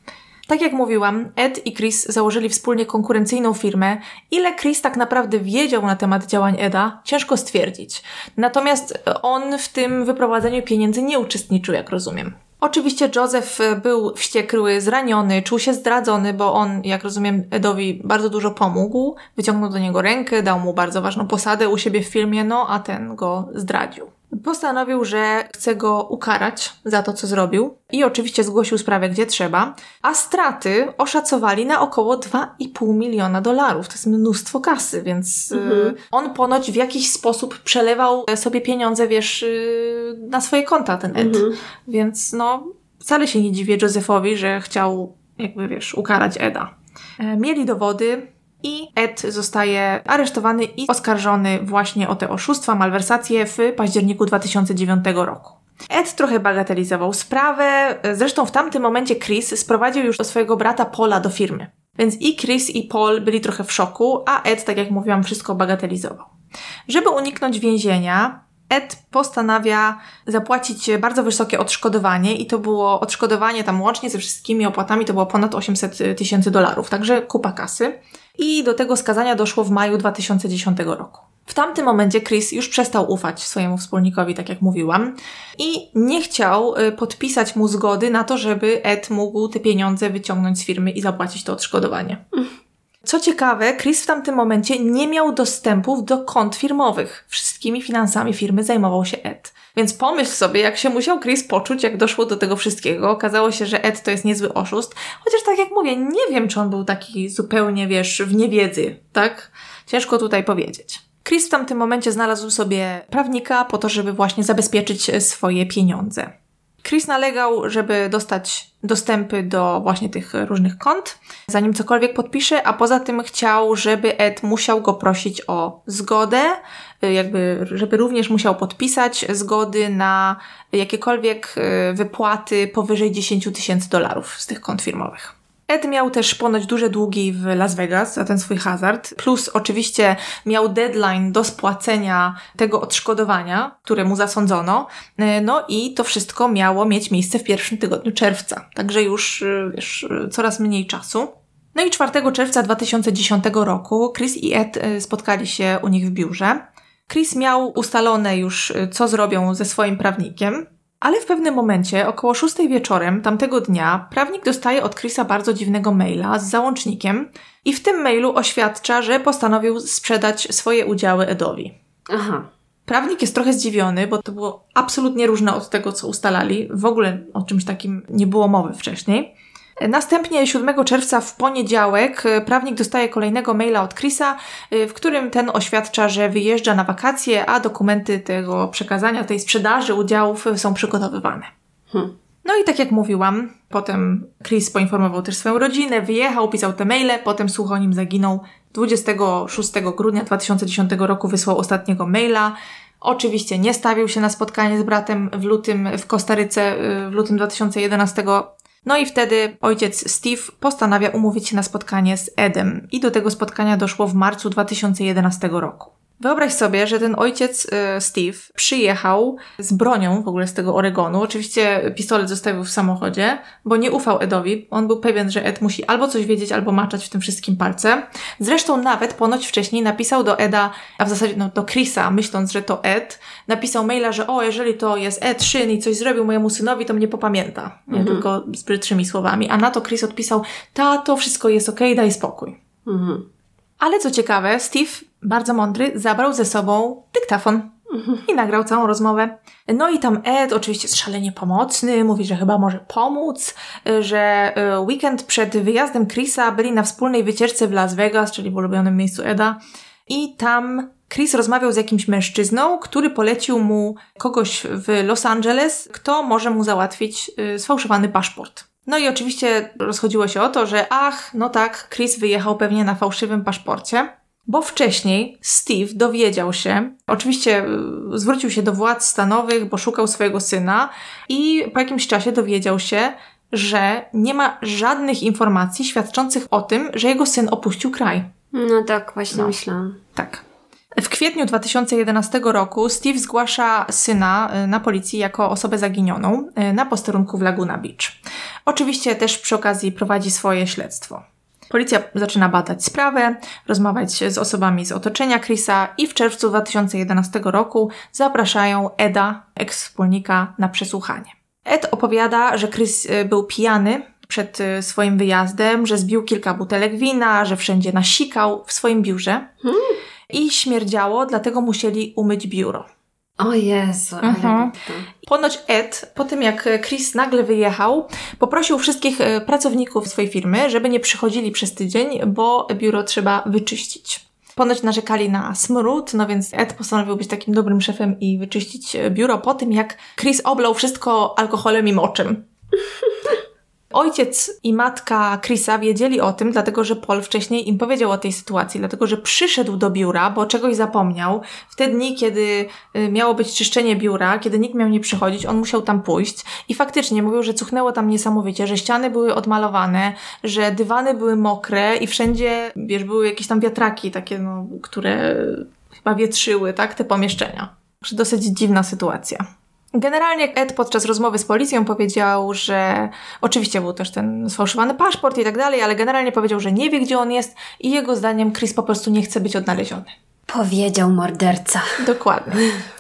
Tak jak mówiłam, Ed i Chris założyli wspólnie konkurencyjną firmę. Ile Chris tak naprawdę wiedział na temat działań Eda, ciężko stwierdzić. Natomiast on w tym wyprowadzeniu pieniędzy nie uczestniczył, jak rozumiem. Oczywiście Joseph był wściekły, zraniony, czuł się zdradzony, bo on, jak rozumiem, Edowi bardzo dużo pomógł. Wyciągnął do niego rękę, dał mu bardzo ważną posadę u siebie w firmie, no a ten go zdradził. Postanowił, że chce go ukarać za to, co zrobił i oczywiście zgłosił sprawę, gdzie trzeba, a straty oszacowali na około dwa i pół miliona dolarów. To jest mnóstwo kasy, więc mhm. y, on ponoć w jakiś sposób przelewał sobie pieniądze, wiesz, y, na swoje konta, ten Ed. Mhm. Więc no, wcale się nie dziwię Josephowi, że chciał, jakby wiesz, ukarać Eda. E, mieli dowody, i Ed zostaje aresztowany i oskarżony właśnie o te oszustwa, malwersacje w październiku dwa tysiące dziewiątego roku. Ed trochę bagatelizował sprawę, zresztą w tamtym momencie Chris sprowadził już swojego brata Paula do firmy. Więc i Chris i Paul byli trochę w szoku, a Ed, tak jak mówiłam, wszystko bagatelizował. Żeby uniknąć więzienia, Ed postanawia zapłacić bardzo wysokie odszkodowanie i to było odszkodowanie tam łącznie ze wszystkimi opłatami, to było ponad osiemset tysięcy dolarów, także kupa kasy. I do tego skazania doszło w maju dwa tysiące dziesiątego roku. W tamtym momencie Chris już przestał ufać swojemu wspólnikowi, tak jak mówiłam, i nie chciał podpisać mu zgody na to, żeby Ed mógł te pieniądze wyciągnąć z firmy i zapłacić to odszkodowanie. Co ciekawe, Chris w tamtym momencie nie miał dostępów do kont firmowych. Wszystkimi finansami firmy zajmował się Ed. Więc pomyśl sobie, jak się musiał Chris poczuć, jak doszło do tego wszystkiego. Okazało się, że Ed to jest niezły oszust. Chociaż tak jak mówię, nie wiem, czy on był taki zupełnie, wiesz, w niewiedzy, tak? Ciężko tutaj powiedzieć. Chris w tamtym momencie znalazł sobie prawnika po to, żeby właśnie zabezpieczyć swoje pieniądze. Chris nalegał, żeby dostać dostępy do właśnie tych różnych kont, zanim cokolwiek podpisze, a poza tym chciał, żeby Ed musiał go prosić o zgodę, jakby, żeby również musiał podpisać zgody na jakiekolwiek wypłaty powyżej dziesięć tysięcy dolarów z tych kont firmowych. Ed miał też ponoć duże długi w Las Vegas za ten swój hazard, plus oczywiście miał deadline do spłacenia tego odszkodowania, które mu zasądzono, no i to wszystko miało mieć miejsce w pierwszym tygodniu czerwca, także już, wiesz, coraz mniej czasu. No i czwartego czerwca dwa tysiące dziesiątego roku Chris i Ed spotkali się u nich w biurze. Chris miał ustalone już, co zrobią ze swoim prawnikiem, ale w pewnym momencie, około szóstej wieczorem tamtego dnia, prawnik dostaje od Chrisa bardzo dziwnego maila z załącznikiem i w tym mailu oświadcza, że postanowił sprzedać swoje udziały Edowi. Aha. Prawnik jest trochę zdziwiony, bo to było absolutnie różne od tego, co ustalali. W ogóle o czymś takim nie było mowy wcześniej. Następnie siódmego czerwca w poniedziałek prawnik dostaje kolejnego maila od Chrisa, w którym ten oświadcza, że wyjeżdża na wakacje, a dokumenty tego przekazania, tej sprzedaży udziałów są przygotowywane. Hmm. No i tak jak mówiłam, potem Chris poinformował też swoją rodzinę, wyjechał, pisał te maile, potem słuch o nim zaginął. dwudziestego szóstego grudnia dwa tysiące dziesiątego roku wysłał ostatniego maila. Oczywiście nie stawił się na spotkanie z bratem w lutym w Kostaryce, w lutym dwa tysiące jedenastego. No i wtedy ojciec Steve postanawia umówić się na spotkanie z Edem i do tego spotkania doszło w marcu dwa tysiące jedenastego roku. Wyobraź sobie, że ten ojciec y, Steve przyjechał z bronią w ogóle z tego Oregonu. Oczywiście pistolet zostawił w samochodzie, bo nie ufał Edowi. On był pewien, że Ed musi albo coś wiedzieć, albo maczać w tym wszystkim palce. Zresztą nawet ponoć wcześniej napisał do Eda, a w zasadzie no, do Chrisa, myśląc, że to Ed, napisał maila, że o, jeżeli to jest Ed Szyn i coś zrobił mojemu synowi, to mnie popamięta. Nie mhm. tylko z brzydszymi słowami. A na to Chris odpisał, tato, wszystko jest okej, daj spokój. Mhm. Ale co ciekawe, Steve, bardzo mądry, zabrał ze sobą dyktafon i nagrał całą rozmowę. No i tam Ed oczywiście jest szalenie pomocny, mówi, że chyba może pomóc, że weekend przed wyjazdem Chrisa byli na wspólnej wycieczce w Las Vegas, czyli w ulubionym miejscu Eda, i tam Chris rozmawiał z jakimś mężczyzną, który polecił mu kogoś w Los Angeles, kto może mu załatwić sfałszowany paszport. No i oczywiście rozchodziło się o to, że ach, no tak, Chris wyjechał pewnie na fałszywym paszporcie, bo wcześniej Steve dowiedział się, oczywiście zwrócił się do władz stanowych, bo szukał swojego syna i po jakimś czasie dowiedział się, że nie ma żadnych informacji świadczących o tym, że jego syn opuścił kraj. No tak, właśnie no. myślałam. Tak. W kwietniu dwa tysiące jedenastego roku Steve zgłasza syna na policji jako osobę zaginioną na posterunku w Laguna Beach. Oczywiście też przy okazji prowadzi swoje śledztwo. Policja zaczyna badać sprawę, rozmawiać z osobami z otoczenia Chrisa i w czerwcu dwa tysiące jedenastego roku zapraszają Eda, eks-wspólnika, na przesłuchanie. Ed opowiada, że Chris był pijany przed swoim wyjazdem, że zbił kilka butelek wina, że wszędzie nasikał w swoim biurze hmm. i śmierdziało, dlatego musieli umyć biuro. O Jezu. Mhm. Ponoć Ed, po tym jak Chris nagle wyjechał, poprosił wszystkich pracowników swojej firmy, żeby nie przychodzili przez tydzień, bo biuro trzeba wyczyścić. Ponoć narzekali na smród, no więc Ed postanowił być takim dobrym szefem i wyczyścić biuro po tym, jak Chris oblał wszystko alkoholem i moczem. Ojciec i matka Chrisa wiedzieli o tym, dlatego że Paul wcześniej im powiedział o tej sytuacji, dlatego że przyszedł do biura, bo czegoś zapomniał. W te dni, kiedy miało być czyszczenie biura, kiedy nikt miał nie przychodzić, on musiał tam pójść i faktycznie mówił, że cuchnęło tam niesamowicie, że ściany były odmalowane, że dywany były mokre i wszędzie, wiesz, były jakieś tam wiatraki takie, no, które chyba wietrzyły, tak, te pomieszczenia. Dosyć dziwna sytuacja. Generalnie Ed podczas rozmowy z policją powiedział, że oczywiście był też ten sfałszowany paszport i tak dalej, ale generalnie powiedział, że nie wie, gdzie on jest i jego zdaniem Chris po prostu nie chce być odnaleziony. Powiedział morderca. Dokładnie.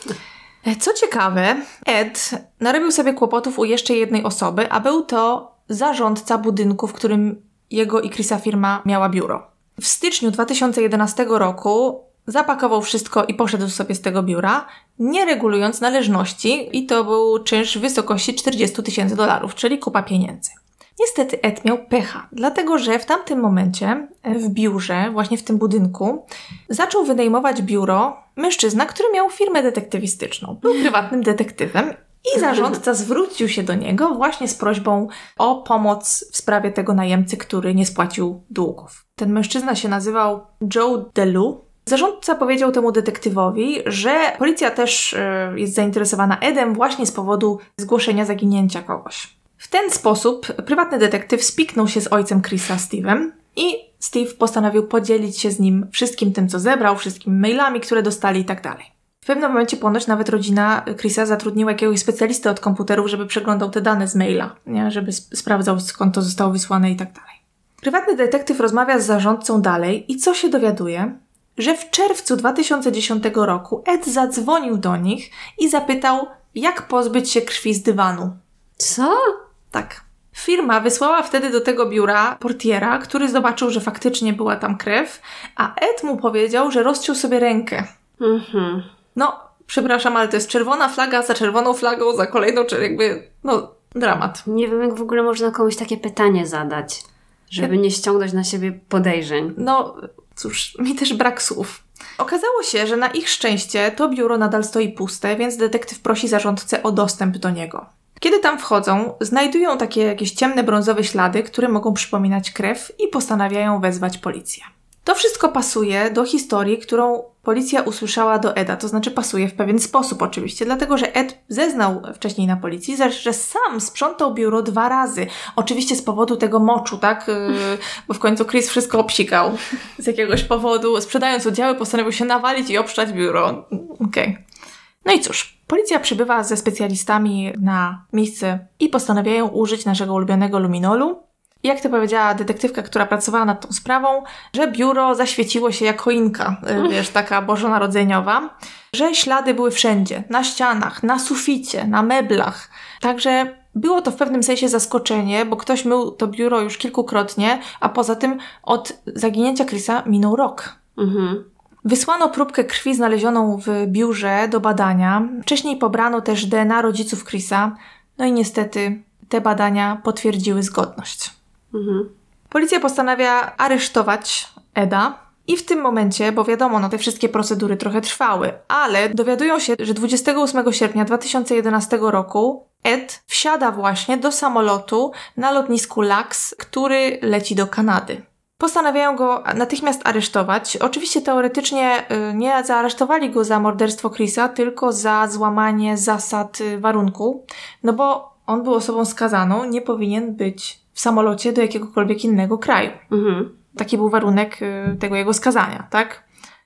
Co ciekawe, Ed narobił sobie kłopotów u jeszcze jednej osoby, a był to zarządca budynku, w którym jego i Chrisa firma miała biuro. W styczniu dwa tysiące jedenastego roku zapakował wszystko i poszedł sobie z tego biura, nie regulując należności i to był czynsz w wysokości czterdzieści tysięcy dolarów, czyli kupa pieniędzy. Niestety Ed miał pecha, dlatego że w tamtym momencie w biurze, właśnie w tym budynku, zaczął wynajmować biuro mężczyzna, który miał firmę detektywistyczną. Był prywatnym detektywem i zarządca zwrócił się do niego właśnie z prośbą o pomoc w sprawie tego najemcy, który nie spłacił długów. Ten mężczyzna się nazywał Joe DeLu. Zarządca powiedział temu detektywowi, że policja też y, jest zainteresowana Edem właśnie z powodu zgłoszenia zaginięcia kogoś. W ten sposób prywatny detektyw spiknął się z ojcem Chrisa, Steve'em, i Steve postanowił podzielić się z nim wszystkim tym, co zebrał, wszystkimi mailami, które dostali i tak dalej. W pewnym momencie ponoć nawet rodzina Chrisa zatrudniła jakiegoś specjalisty od komputerów, żeby przeglądał te dane z maila, nie? Żeby sp- sprawdzał, skąd to zostało wysłane i tak dalej. Prywatny detektyw rozmawia z zarządcą dalej i co się dowiaduje? Że w czerwcu dwa tysiące dziesiątego roku Ed zadzwonił do nich i zapytał, jak pozbyć się krwi z dywanu. Co? Tak. Firma wysłała wtedy do tego biura portiera, który zobaczył, że faktycznie była tam krew, a Ed mu powiedział, że rozciął sobie rękę. Mhm. No, przepraszam, ale to jest czerwona flaga za czerwoną flagą, za kolejną, czy jakby, no, dramat. Nie wiem, jak w ogóle można komuś takie pytanie zadać, żeby nie ściągnąć na siebie podejrzeń. No, cóż, mi też brak słów. Okazało się, że na ich szczęście to biuro nadal stoi puste, więc detektyw prosi zarządcę o dostęp do niego. Kiedy tam wchodzą, znajdują takie jakieś ciemne brązowe ślady, które mogą przypominać krew i postanawiają wezwać policję. To wszystko pasuje do historii, którą policja usłyszała do Eda, to znaczy pasuje w pewien sposób oczywiście, dlatego że Ed zeznał wcześniej na policji, że sam sprzątał biuro dwa razy. Oczywiście z powodu tego moczu, tak? Bo w końcu Chris wszystko obsikał z jakiegoś powodu. Sprzedając udziały, postanowił się nawalić i obszczać biuro. Okej. Okay. No i cóż, policja przybywa ze specjalistami na miejsce i postanawiają użyć naszego ulubionego luminolu. I jak to powiedziała detektywka, która pracowała nad tą sprawą, że biuro zaświeciło się jak choinka, wiesz, taka bożonarodzeniowa, że ślady były wszędzie, na ścianach, na suficie, na meblach. Także było to w pewnym sensie zaskoczenie, bo ktoś mył to biuro już kilkukrotnie, a poza tym od zaginięcia Chrisa minął rok. Mhm. Wysłano próbkę krwi znalezioną w biurze do badania. Wcześniej pobrano też D N A rodziców Chrisa. No i niestety te badania potwierdziły zgodność. Mhm. Policja postanawia aresztować Eda i w tym momencie, bo wiadomo, no te wszystkie procedury trochę trwały, ale dowiadują się, że dwudziestego ósmego sierpnia dwa tysiące jedenastego roku Ed wsiada właśnie do samolotu na lotnisku Lax, który leci do Kanady. Postanawiają go natychmiast aresztować. Oczywiście teoretycznie nie zaaresztowali go za morderstwo Chrisa, tylko za złamanie zasad warunku, no bo on był osobą skazaną, nie powinien być w samolocie do jakiegokolwiek innego kraju. Mhm. Taki był warunek tego jego skazania, tak?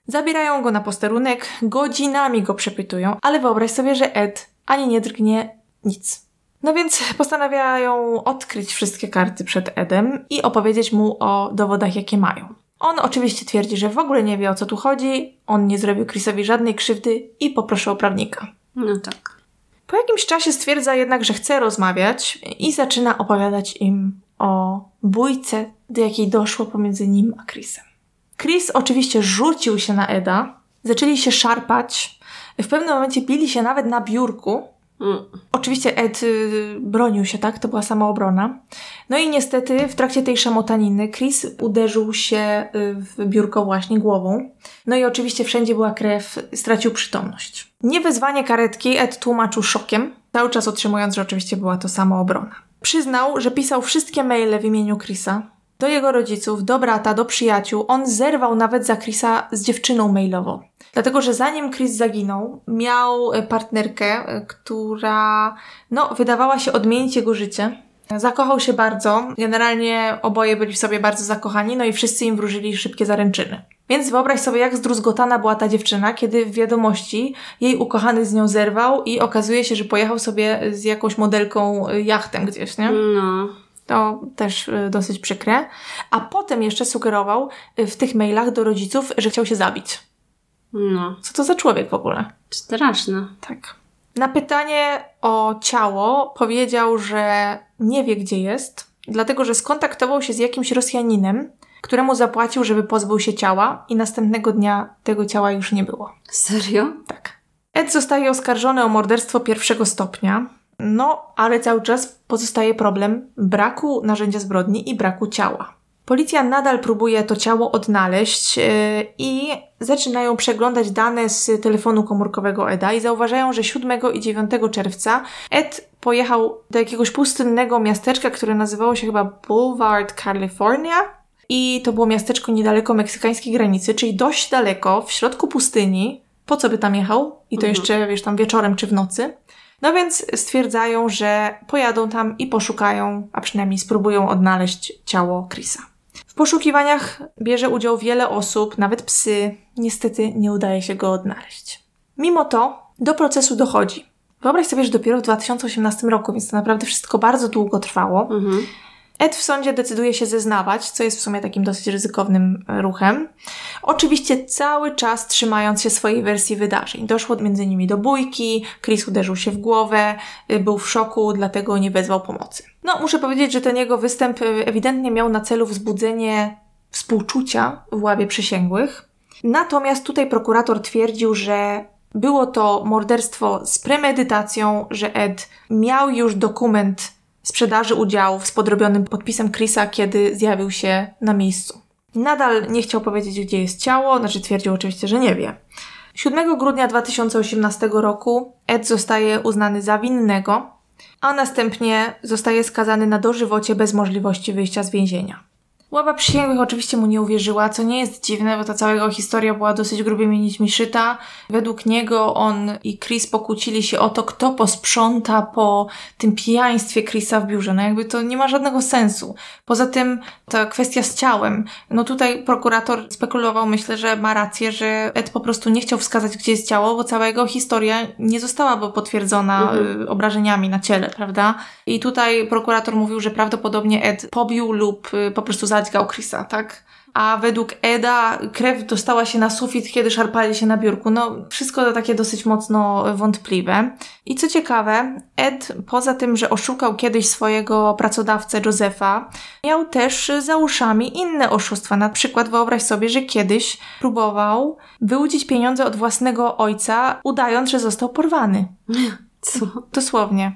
Zabierają go na posterunek, godzinami go przepytują, ale wyobraź sobie, że Ed ani nie drgnie, nic. No więc postanawiają odkryć wszystkie karty przed Edem i opowiedzieć mu o dowodach, jakie mają. On oczywiście twierdzi, że w ogóle nie wie, o co tu chodzi, on nie zrobił Chrisowi żadnej krzywdy i poprosi o prawnika. No tak. Po jakimś czasie stwierdza jednak, że chce rozmawiać i zaczyna opowiadać im o bójce, do jakiej doszło pomiędzy nim a Chrisem. Chris oczywiście rzucił się na Eda, zaczęli się szarpać, w pewnym momencie bili się nawet na biurku. Mm. Oczywiście Ed y, bronił się, tak? To była samoobrona. No i niestety w trakcie tej szamotaniny Chris uderzył się y, w biurko właśnie głową. No i oczywiście wszędzie była krew, stracił przytomność. Niewezwanie karetki Ed tłumaczył szokiem, cały czas utrzymując, że oczywiście była to samoobrona. Przyznał, że pisał wszystkie maile w imieniu Chrisa, do jego rodziców, do brata, do przyjaciół. On zerwał nawet za Chrisa z dziewczyną mailową. Dlatego, że zanim Chris zaginął, miał partnerkę, która no, wydawała się odmienić jego życie. Zakochał się bardzo. Generalnie oboje byli w sobie bardzo zakochani, no i wszyscy im wróżyli szybkie zaręczyny. Więc wyobraź sobie, jak zdruzgotana była ta dziewczyna, kiedy w wiadomości jej ukochany z nią zerwał i okazuje się, że pojechał sobie z jakąś modelką jachtem gdzieś, nie? No. To też dosyć przykre. A potem jeszcze sugerował w tych mailach do rodziców, że chciał się zabić. No. Co to za człowiek w ogóle? Straszne. Tak. Na pytanie o ciało powiedział, że nie wie, gdzie jest, dlatego że skontaktował się z jakimś Rosjaninem, któremu zapłacił, żeby pozbył się ciała i następnego dnia tego ciała już nie było. Serio? Tak. Ed zostaje oskarżony o morderstwo pierwszego stopnia, no ale cały czas pozostaje problem braku narzędzia zbrodni i braku ciała. Policja nadal próbuje to ciało odnaleźć yy, i zaczynają przeglądać dane z telefonu komórkowego Eda i zauważają, że siódmego i dziewiątego czerwca Ed pojechał do jakiegoś pustynnego miasteczka, które nazywało się chyba Boulevard, California. I to było miasteczko niedaleko meksykańskiej granicy, czyli dość daleko, w środku pustyni. Po co by tam jechał? I to mhm. jeszcze, wiesz, tam wieczorem czy w nocy. No więc stwierdzają, że pojadą tam i poszukają, a przynajmniej spróbują odnaleźć ciało Chrisa. W poszukiwaniach bierze udział wiele osób, nawet psy. Niestety nie udaje się go odnaleźć. Mimo to do procesu dochodzi. Wyobraź sobie, że dopiero w dwa tysiące osiemnastym roku, więc to naprawdę wszystko bardzo długo trwało. Mhm. Ed w sądzie decyduje się zeznawać, co jest w sumie takim dosyć ryzykownym ruchem. Oczywiście cały czas trzymając się swojej wersji wydarzeń. Doszło między innymi do bójki, Chris uderzył się w głowę, był w szoku, dlatego nie wezwał pomocy. No, muszę powiedzieć, że ten jego występ ewidentnie miał na celu wzbudzenie współczucia w ławie przysięgłych. Natomiast tutaj prokurator twierdził, że było to morderstwo z premedytacją, że Ed miał już dokument sprzedaży udziałów z podrobionym podpisem Chrisa, kiedy zjawił się na miejscu. Nadal nie chciał powiedzieć, gdzie jest ciało, znaczy twierdził oczywiście, że nie wie. siódmego grudnia dwa tysiące osiemnastego roku Ed zostaje uznany za winnego, a następnie zostaje skazany na dożywocie bez możliwości wyjścia z więzienia. Ława przysięgłych oczywiście mu nie uwierzyła, co nie jest dziwne, bo ta cała jego historia była dosyć grubymi nićmi szyta. Według niego on i Chris pokłócili się o to, kto posprząta po tym pijaństwie Chrisa w biurze. No jakby to nie ma żadnego sensu. Poza tym ta kwestia z ciałem. No tutaj prokurator spekulował, myślę, że ma rację, że Ed po prostu nie chciał wskazać, gdzie jest ciało, bo cała jego historia nie zostałaby potwierdzona mhm. obrażeniami na ciele, prawda? I tutaj prokurator mówił, że prawdopodobnie Ed pobił lub po prostu zadźgał Chrisa, tak? A według Eda krew dostała się na sufit, kiedy szarpali się na biurku. No, wszystko to takie dosyć mocno wątpliwe. I co ciekawe, Ed, poza tym, że oszukał kiedyś swojego pracodawcę Josepha, miał też za uszami inne oszustwa. Na przykład wyobraź sobie, że kiedyś próbował wyłudzić pieniądze od własnego ojca, udając, że został porwany. Co? Dosłownie.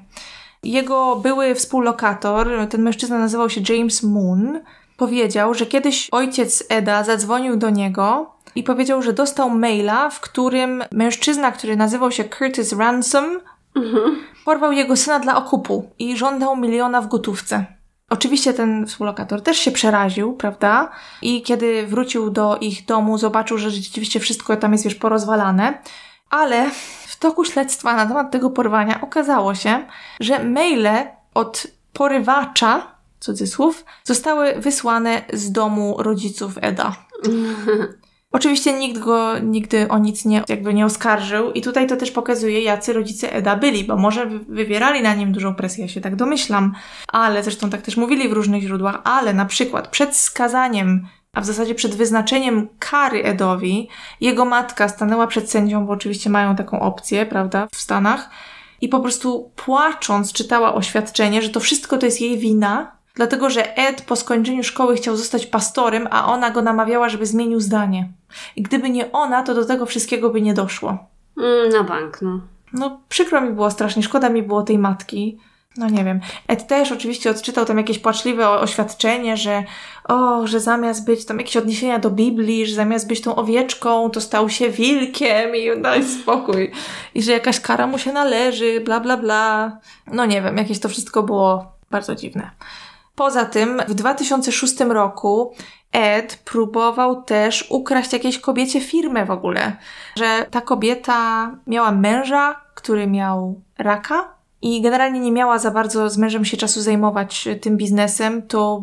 Jego były współlokator, ten mężczyzna nazywał się James Moon, powiedział, że kiedyś ojciec Eda zadzwonił do niego i powiedział, że dostał maila, w którym mężczyzna, który nazywał się Curtis Ransom, mhm. porwał jego syna dla okupu i żądał miliona w gotówce. Oczywiście ten współlokator też się przeraził, prawda? I kiedy wrócił do ich domu, zobaczył, że rzeczywiście wszystko tam jest już porozwalane, ale w toku śledztwa na temat tego porwania okazało się, że maile od porywacza, cudzysłów, zostały wysłane z domu rodziców Eda. Oczywiście nikt go nigdy o nic nie, jakby nie oskarżył i tutaj to też pokazuje, jacy rodzice Eda byli, bo może wywierali na nim dużą presję, ja się tak domyślam, ale zresztą tak też mówili w różnych źródłach, ale na przykład przed skazaniem, a w zasadzie przed wyznaczeniem kary Edowi, jego matka stanęła przed sędzią, bo oczywiście mają taką opcję, prawda, w Stanach, i po prostu płacząc czytała oświadczenie, że to wszystko to jest jej wina, dlatego że Ed po skończeniu szkoły chciał zostać pastorem, a ona go namawiała, żeby zmienił zdanie. I gdyby nie ona, to do tego wszystkiego by nie doszło. Mm, na bank, no. No przykro mi było strasznie, szkoda mi było tej matki. No nie wiem. Ed też oczywiście odczytał tam jakieś płaczliwe oświadczenie, że o, że zamiast być tam jakieś odniesienia do Biblii, że zamiast być tą owieczką, to stał się wilkiem i daj spokój. I że jakaś kara mu się należy, bla bla bla. No nie wiem, jakieś to wszystko było bardzo dziwne. Poza tym w dwa tysiące szóstym roku Ed próbował też ukraść jakiejś kobiecie firmę w ogóle. Że ta kobieta miała męża, który miał raka i generalnie nie miała za bardzo z mężem się czasu zajmować tym biznesem. To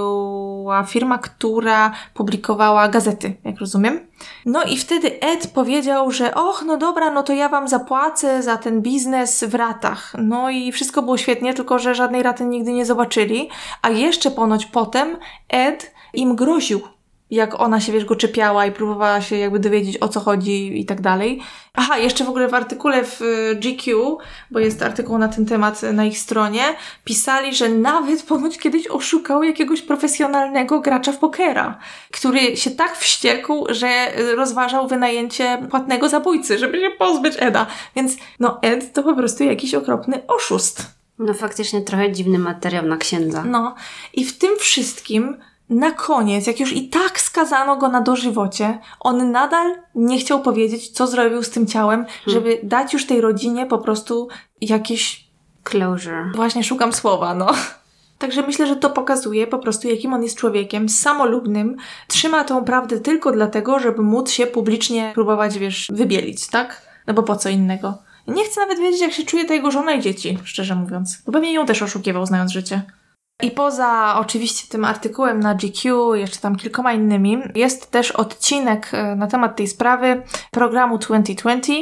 była firma, która publikowała gazety, jak rozumiem. No i wtedy Ed powiedział, że och, no dobra, no to ja wam zapłacę za ten biznes w ratach. No i wszystko było świetnie, tylko że żadnej raty nigdy nie zobaczyli. A jeszcze ponoć potem Ed im groził, jak ona się, wiesz, go czepiała i próbowała się jakby dowiedzieć, o co chodzi i tak dalej. Aha, jeszcze w ogóle w artykule w G Q, bo jest artykuł na ten temat na ich stronie, pisali, że nawet ponoć kiedyś oszukał jakiegoś profesjonalnego gracza w pokera, który się tak wściekł, że rozważał wynajęcie płatnego zabójcy, żeby się pozbyć Eda. Więc no Ed to po prostu jakiś okropny oszust. No faktycznie trochę dziwny materiał na księdza. No i w tym wszystkim na koniec, jak już i tak skazano go na dożywocie, on nadal nie chciał powiedzieć, co zrobił z tym ciałem, hmm. żeby dać już tej rodzinie po prostu jakieś... Closure. Właśnie szukam słowa, no. Także myślę, że to pokazuje po prostu, jakim on jest człowiekiem, samolubnym, trzyma tą prawdę tylko dlatego, żeby móc się publicznie próbować, wiesz, wybielić, tak? No bo po co innego? Nie chcę nawet wiedzieć, jak się czuje ta jego żona i dzieci, szczerze mówiąc. Bo pewnie ją też oszukiwał, znając życie. I poza oczywiście tym artykułem na G Q, jeszcze tam kilkoma innymi, jest też odcinek na temat tej sprawy programu dwutysiące dwudziesty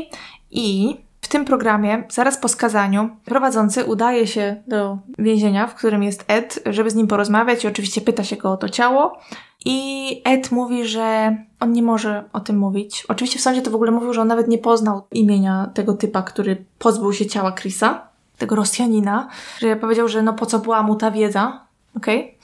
i w tym programie, zaraz po skazaniu, prowadzący udaje się do więzienia, w którym jest Ed, żeby z nim porozmawiać i oczywiście pyta się go o to ciało. I Ed mówi, że on nie może o tym mówić. Oczywiście w sądzie to w ogóle mówił, że on nawet nie poznał imienia tego typa, który pozbył się ciała Chrisa, tego Rosjanina, że powiedział, że no po co była mu ta wiedza, okej? Okay?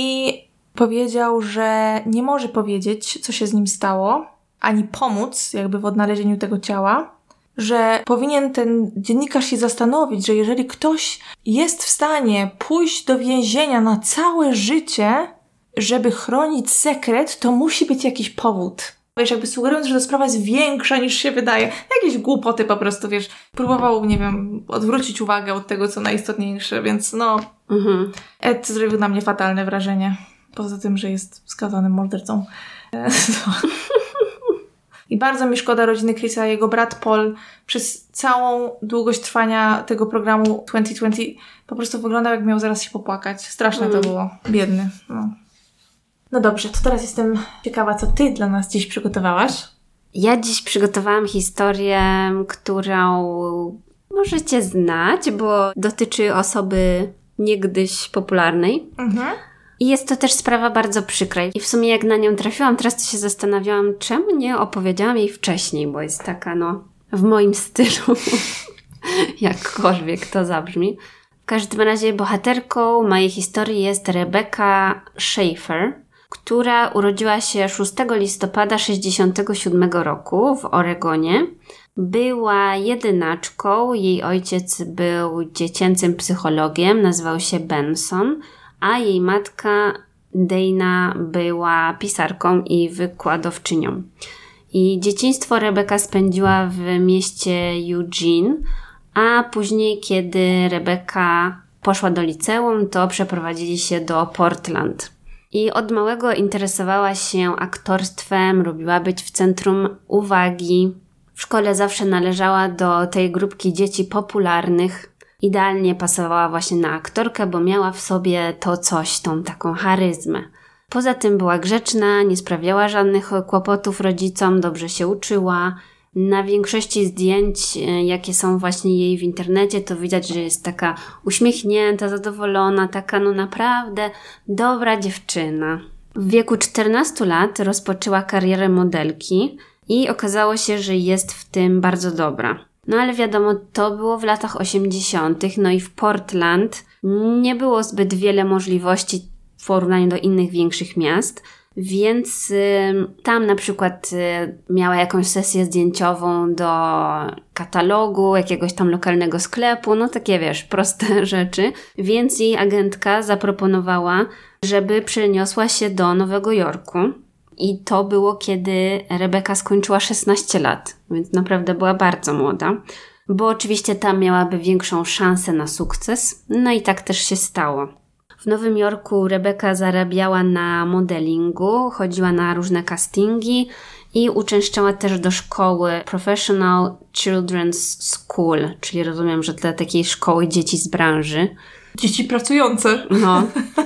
I powiedział, że nie może powiedzieć, co się z nim stało, ani pomóc jakby w odnalezieniu tego ciała, że powinien ten dziennikarz się zastanowić, że jeżeli ktoś jest w stanie pójść do więzienia na całe życie, żeby chronić sekret, to musi być jakiś powód. Wiesz, jakby sugerując, że ta sprawa jest większa niż się wydaje. Jakieś głupoty po prostu, wiesz. Próbował, nie wiem, odwrócić uwagę od tego, co najistotniejsze, więc no... Mhm. Ed zrobił na mnie fatalne wrażenie. Poza tym, że jest skazanym mordercą. No. I bardzo mi szkoda rodziny Chrisa. Jego brat Paul przez całą długość trwania tego programu dwutysiące dwudziesty po prostu wyglądał, jak miał zaraz się popłakać. Straszne mm. to było. Biedny. No. No dobrze, to teraz jestem ciekawa, co ty dla nas dziś przygotowałaś. Ja dziś przygotowałam historię, którą możecie znać, bo dotyczy osoby niegdyś popularnej. Mhm. I jest to też sprawa bardzo przykra. I w sumie jak na nią trafiłam, teraz to się zastanawiałam, czemu nie opowiedziałam jej wcześniej, bo jest taka, no, w moim stylu. Jakkolwiek to zabrzmi. W każdym razie bohaterką mojej historii jest Rebecca Schaeffer, która urodziła się szóstego listopada sześćdziesiątego siódmego roku w Oregonie. Była jedynaczką, jej ojciec był dziecięcym psychologiem, nazywał się Benson, a jej matka Dana była pisarką i wykładowczynią. I dzieciństwo Rebecca spędziła w mieście Eugene, a później, kiedy Rebecca poszła do liceum, to przeprowadzili się do Portland. I od małego interesowała się aktorstwem, lubiła być w centrum uwagi. W szkole zawsze należała do tej grupki dzieci popularnych. Idealnie pasowała właśnie na aktorkę, bo miała w sobie to coś, tą taką charyzmę. Poza tym była grzeczna, nie sprawiała żadnych kłopotów rodzicom, dobrze się uczyła. Na większości zdjęć, jakie są właśnie jej w internecie, to widać, że jest taka uśmiechnięta, zadowolona, taka no naprawdę dobra dziewczyna. W wieku czternastu lat rozpoczęła karierę modelki i okazało się, że jest w tym bardzo dobra. No ale wiadomo, to było w latach osiemdziesiątych, no i w Portland nie było zbyt wiele możliwości w porównaniu do innych większych miast, więc y, tam na przykład y, miała jakąś sesję zdjęciową do katalogu, jakiegoś tam lokalnego sklepu, no takie wiesz, proste rzeczy, więc jej agentka zaproponowała, żeby przeniosła się do Nowego Jorku. I to było, kiedy Rebeka skończyła szesnaście lat, więc naprawdę była bardzo młoda, bo oczywiście tam miałaby większą szansę na sukces, no i tak też się stało. W Nowym Jorku Rebeka zarabiała na modelingu, chodziła na różne castingi i uczęszczała też do szkoły Professional Children's School, czyli rozumiem, że dla takiej szkoły dzieci z branży. Dzieci pracujące. No.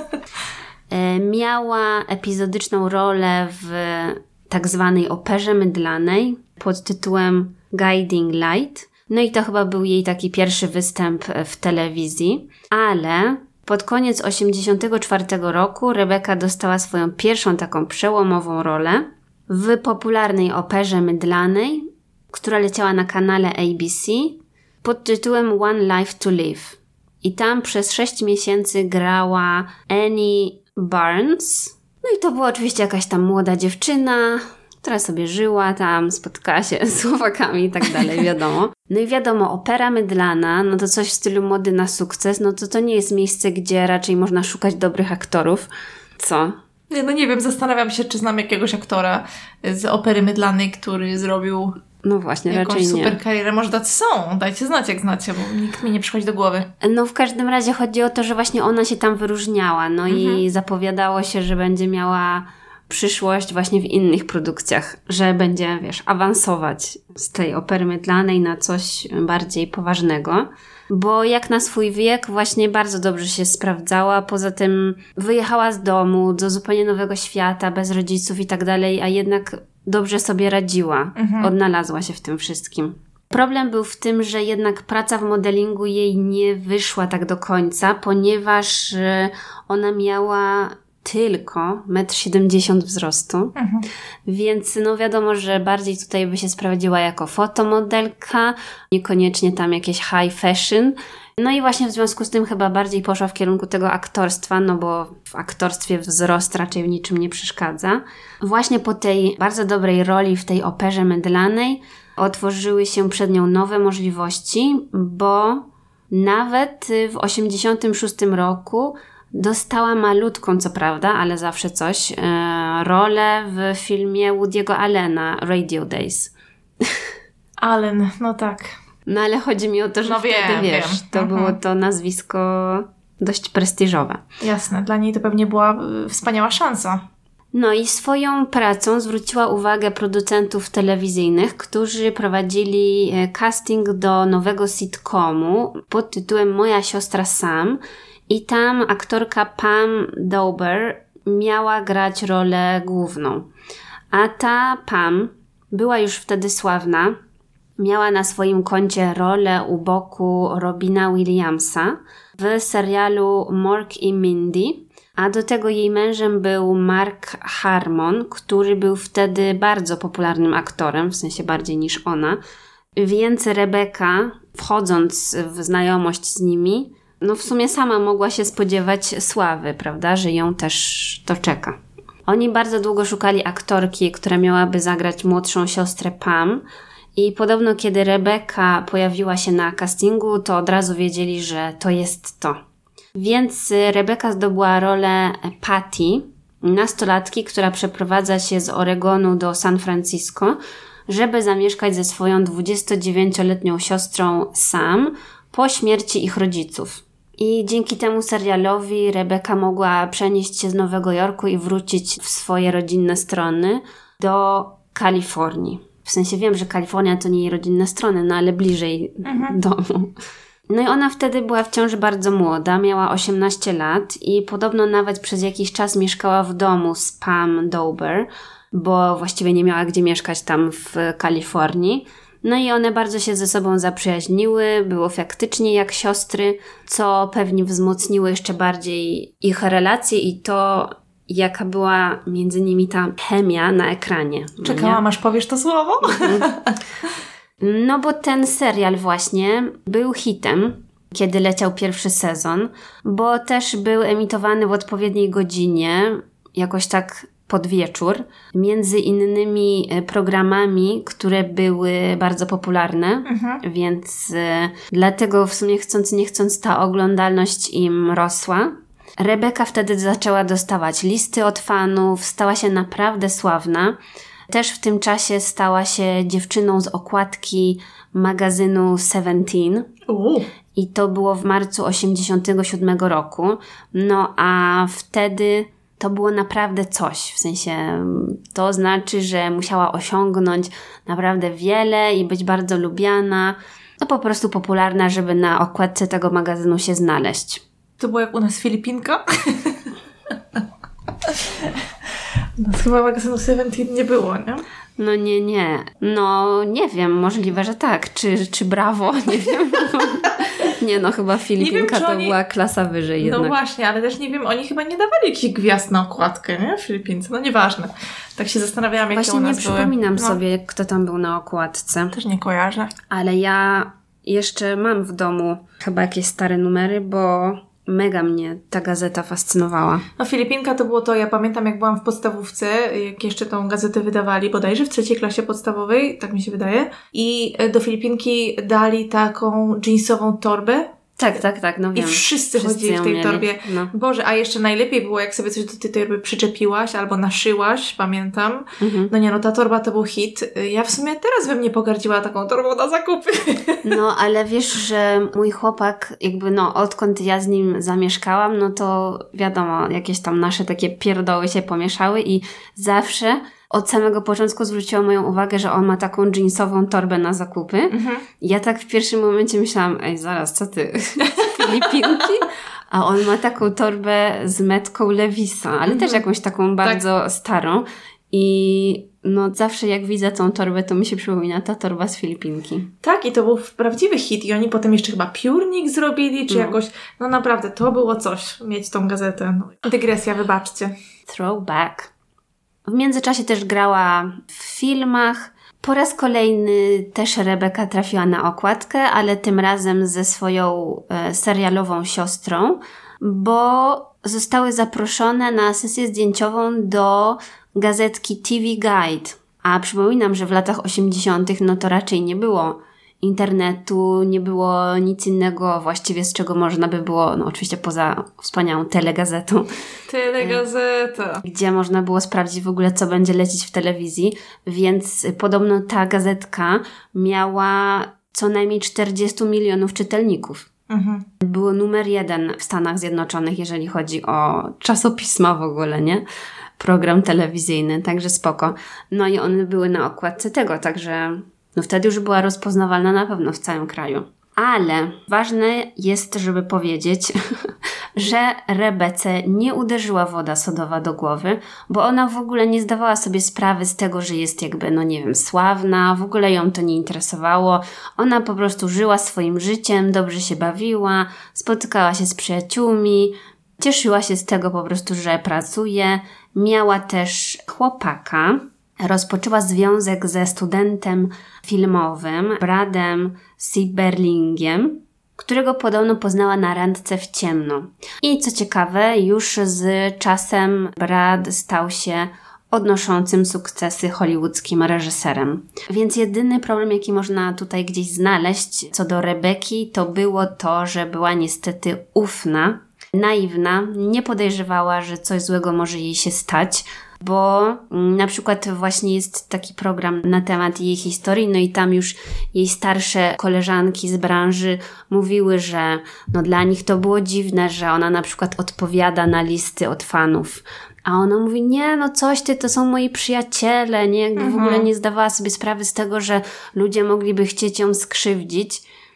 Miała epizodyczną rolę w tak zwanej operze mydlanej pod tytułem Guiding Light. No i to chyba był jej taki pierwszy występ w telewizji, ale pod koniec osiemdziesiątego czwartego roku Rebeka dostała swoją pierwszą taką przełomową rolę w popularnej operze mydlanej, która leciała na kanale A B C pod tytułem One Life to Live. I tam przez sześć miesięcy grała Annie Barnes. No i to była oczywiście jakaś tam młoda dziewczyna, która sobie żyła tam, spotkała się z chłopakami i tak dalej, wiadomo. No i wiadomo, opera mydlana, no to coś w stylu mody na sukces, no to to nie jest miejsce, gdzie raczej można szukać dobrych aktorów. Co? Nie, no nie wiem, zastanawiam się, czy znam jakiegoś aktora z opery mydlanej, który zrobił no właśnie, jakąś raczej super nie. karierę. Może tacy są, dajcie znać jak znacie, bo nikt mi nie przychodzi do głowy. No w każdym razie chodzi o to, że właśnie ona się tam wyróżniała, no mhm. i zapowiadało się, że będzie miała przyszłość właśnie w innych produkcjach, że będzie, wiesz, awansować z tej opery mydlanej na coś bardziej poważnego, bo jak na swój wiek właśnie bardzo dobrze się sprawdzała, poza tym wyjechała z domu do zupełnie nowego świata, bez rodziców i tak dalej, a jednak dobrze sobie radziła, mhm. odnalazła się w tym wszystkim. Problem był w tym, że jednak praca w modelingu jej nie wyszła tak do końca, ponieważ ona miała tylko metr siedemdziesiąt wzrostu, mhm. więc no wiadomo, że bardziej tutaj by się sprawdziła jako fotomodelka, niekoniecznie tam jakieś high fashion. No i właśnie w związku z tym chyba bardziej poszła w kierunku tego aktorstwa, no bo w aktorstwie wzrost raczej w niczym nie przeszkadza. Właśnie po tej bardzo dobrej roli w tej operze mydlanej otworzyły się przed nią nowe możliwości, bo nawet w osiemdziesiątym szóstym roku dostała malutką, co prawda, ale zawsze coś, e, rolę w filmie Woody'ego Allena Radio Days. Allen, no tak. No ale chodzi mi o to, że no wtedy, wiem, wiesz, wiem. to mhm. było to nazwisko dość prestiżowe. Jasne, dla niej to pewnie była y, wspaniała szansa. No i swoją pracą zwróciła uwagę producentów telewizyjnych, którzy prowadzili casting do nowego sitcomu pod tytułem Moja siostra Sam i tam aktorka Pam Dauber miała grać rolę główną. A ta Pam była już wtedy sławna, miała na swoim koncie rolę u boku Robina Williamsa w serialu Mork i Mindy, a do tego jej mężem był Mark Harmon, który był wtedy bardzo popularnym aktorem, w sensie bardziej niż ona, więc Rebeka, wchodząc w znajomość z nimi, no w sumie sama mogła się spodziewać sławy, prawda, że ją też to czeka. Oni bardzo długo szukali aktorki, która miałaby zagrać młodszą siostrę Pam i podobno kiedy Rebeka pojawiła się na castingu, to od razu wiedzieli, że to jest to. Więc Rebeka zdobyła rolę Patty, nastolatki, która przeprowadza się z Oregonu do San Francisco, żeby zamieszkać ze swoją dwudziestodziewięcioletnią siostrą Sam po śmierci ich rodziców. I dzięki temu serialowi Rebeka mogła przenieść się z Nowego Jorku i wrócić w swoje rodzinne strony do Kalifornii. W sensie wiem, że Kalifornia to nie jej rodzinne strony, no ale bliżej mhm. domu. No i ona wtedy była wciąż bardzo młoda, miała osiemnaście lat i podobno nawet przez jakiś czas mieszkała w domu z Pam Dawber, bo właściwie nie miała gdzie mieszkać tam w Kalifornii. No i one bardzo się ze sobą zaprzyjaźniły, było faktycznie jak siostry, co pewnie wzmocniło jeszcze bardziej ich relacje i to, jaka była między nimi ta chemia na ekranie. Czekałam, nie? aż powiesz to słowo. No bo ten serial właśnie był hitem, kiedy leciał pierwszy sezon, bo też był emitowany w odpowiedniej godzinie, jakoś tak pod wieczór, między innymi programami, które były bardzo popularne, mhm. więc y, dlatego w sumie chcąc nie chcąc ta oglądalność im rosła. Rebeka wtedy zaczęła dostawać listy od fanów, stała się naprawdę sławna. Też w tym czasie stała się dziewczyną z okładki magazynu Seventeen. Uh. I to było w marcu osiemdziesiątego siódmego roku. No a wtedy to było naprawdę coś. W sensie to znaczy, że musiała osiągnąć naprawdę wiele i być bardzo lubiana. No po prostu popularna, żeby na okładce tego magazynu się znaleźć. To było jak u nas Filipinka? U nas chyba magazynu Seventeen nie było, nie? No nie, nie. No nie wiem, możliwe, że tak. Czy, czy brawo, nie wiem. Nie no, chyba Filipinka wiem, to oni... była klasa wyżej jednak. No właśnie, ale też nie wiem, oni chyba nie dawali jakichś gwiazd na okładkę, nie? W Filipince, no nieważne. Tak się zastanawiałam, jakie właśnie u nas nie przypominam były. sobie, kto tam był na okładce. Też nie kojarzę. Ale ja jeszcze mam w domu chyba jakieś stare numery, bo mega mnie ta gazeta fascynowała. No Filipinka to było to, ja pamiętam jak byłam w podstawówce, jak jeszcze tą gazetę wydawali, bodajże w trzeciej klasie podstawowej, tak mi się wydaje, i do Filipinki dali taką jeansową torbę. Tak, tak, tak, no wiem. I wszyscy, wszyscy chodzili w tej mieli. torbie. No. Boże, a jeszcze najlepiej było, jak sobie coś do tej torby przyczepiłaś albo naszyłaś, pamiętam. Mhm. No nie, no ta torba to był hit. Ja w sumie teraz bym nie pogardziła taką torbą na zakupy. No, ale wiesz, że mój chłopak, jakby no, odkąd ja z nim zamieszkałam, no to wiadomo, jakieś tam nasze takie pierdoły się pomieszały i zawsze od samego początku zwróciło moją uwagę, że on ma taką jeansową torbę na zakupy. Mhm. Ja tak w pierwszym momencie myślałam, ej zaraz, co ty, Filipinki? A on ma taką torbę z metką Lewisa, ale mhm. też jakąś taką bardzo tak. starą. I no zawsze jak widzę tą torbę, to mi się przypomina ta torba z Filipinki. Tak, i to był prawdziwy hit. I oni potem jeszcze chyba piórnik zrobili, czy no. jakoś, no naprawdę, to było coś, mieć tą gazetę. No. Dygresja, wybaczcie. Throwback. W międzyczasie też grała w filmach. Po raz kolejny też Rebeka trafiła na okładkę, ale tym razem ze swoją e, serialową siostrą, bo zostały zaproszone na sesję zdjęciową do gazetki T V Guide. A przypominam, że w latach osiemdziesiątych no to raczej nie było internetu, nie było nic innego właściwie, z czego można by było, no oczywiście poza wspaniałą telegazetą. Telegazeta. Gdzie można było sprawdzić w ogóle, co będzie lecieć w telewizji, więc podobno ta gazetka miała co najmniej czterdzieści milionów czytelników. Mhm. Było numer jeden w Stanach Zjednoczonych, jeżeli chodzi o czasopisma w ogóle, nie? Program telewizyjny, także spoko. No i one były na okładce tego, także no wtedy już była rozpoznawalna na pewno w całym kraju. Ale ważne jest, żeby powiedzieć, że Rebece nie uderzyła woda sodowa do głowy, bo ona w ogóle nie zdawała sobie sprawy z tego, że jest jakby, no nie wiem, sławna, w ogóle ją to nie interesowało. Ona po prostu żyła swoim życiem, dobrze się bawiła, spotykała się z przyjaciółmi, cieszyła się z tego po prostu, że pracuje. Miała też chłopaka. Rozpoczęła związek ze studentem filmowym, Bradem Sieberlingiem, którego podobno poznała na randce w ciemno. I co ciekawe, już z czasem Brad stał się odnoszącym sukcesy hollywoodzkim reżyserem. Więc jedyny problem, jaki można tutaj gdzieś znaleźć co do Rebeki, to było to, że była niestety ufna, naiwna, nie podejrzewała, że coś złego może jej się stać, bo na przykład właśnie jest taki program na temat jej historii, no i tam już jej starsze koleżanki z branży mówiły, że no dla nich to było dziwne, że ona na przykład odpowiada na listy od fanów. A ona mówi, nie, no coś ty, to są moi przyjaciele, nie? Jakby mhm. w ogóle nie zdawała sobie sprawy z tego, że ludzie mogliby chcieć ją skrzywdzić.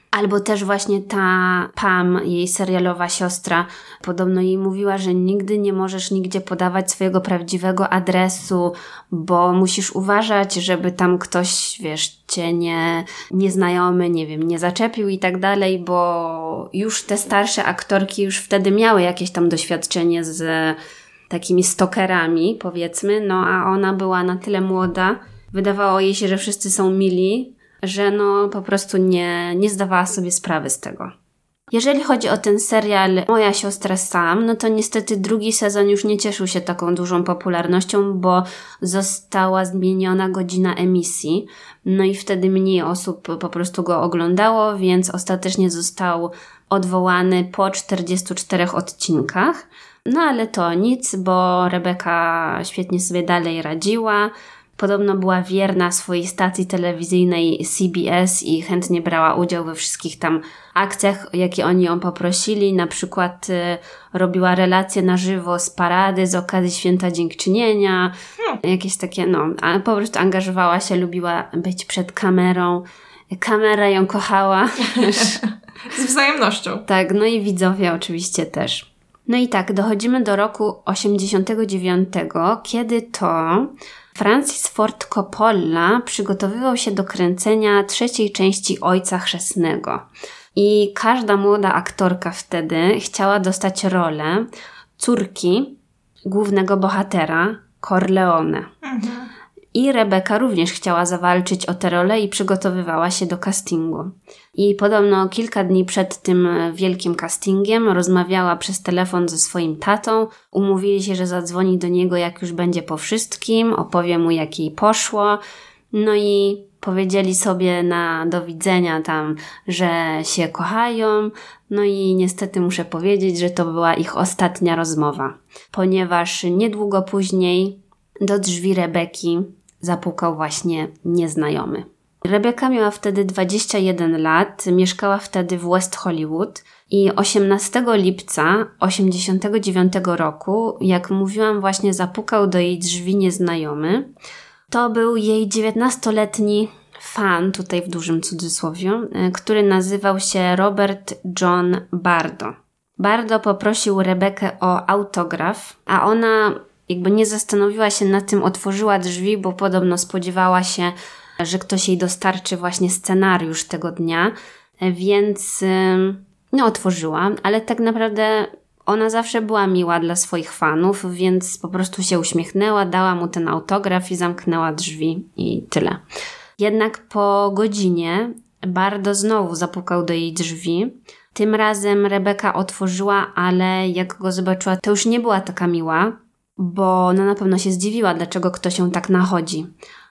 Albo też właśnie ta Pam, jej serialowa siostra, podobno jej mówiła, że nigdy nie możesz nigdzie podawać swojego prawdziwego adresu, bo musisz uważać, żeby tam ktoś, wiesz, cię nie, nieznajomy, nie wiem, nie zaczepił i tak dalej, bo już te starsze aktorki już wtedy miały jakieś tam doświadczenie z takimi stalkerami, powiedzmy, no a ona była na tyle młoda, wydawało jej się, że wszyscy są mili, że no po prostu nie, nie zdawała sobie sprawy z tego. Jeżeli chodzi o ten serial Moja siostra Sam, no to niestety drugi sezon już nie cieszył się taką dużą popularnością, bo została zmieniona godzina emisji, no i wtedy mniej osób po prostu go oglądało, więc ostatecznie został odwołany po czterdziestu czterech odcinkach. No ale to nic, bo Rebeka świetnie sobie dalej radziła. Podobno była wierna swojej stacji telewizyjnej C B S i chętnie brała udział we wszystkich tam akcjach, jakie oni ją poprosili. Na przykład y, robiła relacje na żywo z parady z okazji Święta Dziękczynienia. Hmm. Jakieś takie, no, a po prostu angażowała się, lubiła być przed kamerą. Kamera ją kochała. Z wzajemnością. Tak, no i widzowie oczywiście też. No i tak, dochodzimy do roku osiemdziesiątego dziewiątego, kiedy to Francis Ford Coppola przygotowywał się do kręcenia trzeciej części Ojca Chrzestnego. I każda młoda aktorka wtedy chciała dostać rolę córki głównego bohatera, Corleone. Mhm. I Rebeka również chciała zawalczyć o tę rolę i przygotowywała się do castingu. I podobno kilka dni przed tym wielkim castingiem rozmawiała przez telefon ze swoim tatą. Umówili się, że zadzwoni do niego, jak już będzie po wszystkim, opowie mu, jak jej poszło. No i powiedzieli sobie na do widzenia tam, że się kochają. No i niestety muszę powiedzieć, że to była ich ostatnia rozmowa. Ponieważ niedługo później do drzwi Rebeki zapukał właśnie nieznajomy. Rebeka miała wtedy dwadzieścia jeden lat, mieszkała wtedy w West Hollywood i osiemnastego lipca osiemdziesiątego dziewiątego roku, jak mówiłam, właśnie zapukał do jej drzwi nieznajomy. To był jej dziewiętnastoletni fan, tutaj w dużym cudzysłowie, który nazywał się Robert John Bardo. Bardo poprosił Rebekę o autograf, a ona jakby nie zastanowiła się nad tym, otworzyła drzwi, bo podobno spodziewała się, że ktoś jej dostarczy właśnie scenariusz tego dnia, więc no otworzyła, ale tak naprawdę ona zawsze była miła dla swoich fanów, więc po prostu się uśmiechnęła, dała mu ten autograf i zamknęła drzwi i tyle. Jednak po godzinie Bardo znowu zapukał do jej drzwi. Tym razem Rebeka otworzyła, ale jak go zobaczyła, to już nie była taka miła, bo ona na pewno się zdziwiła, dlaczego ktoś ją tak nachodzi.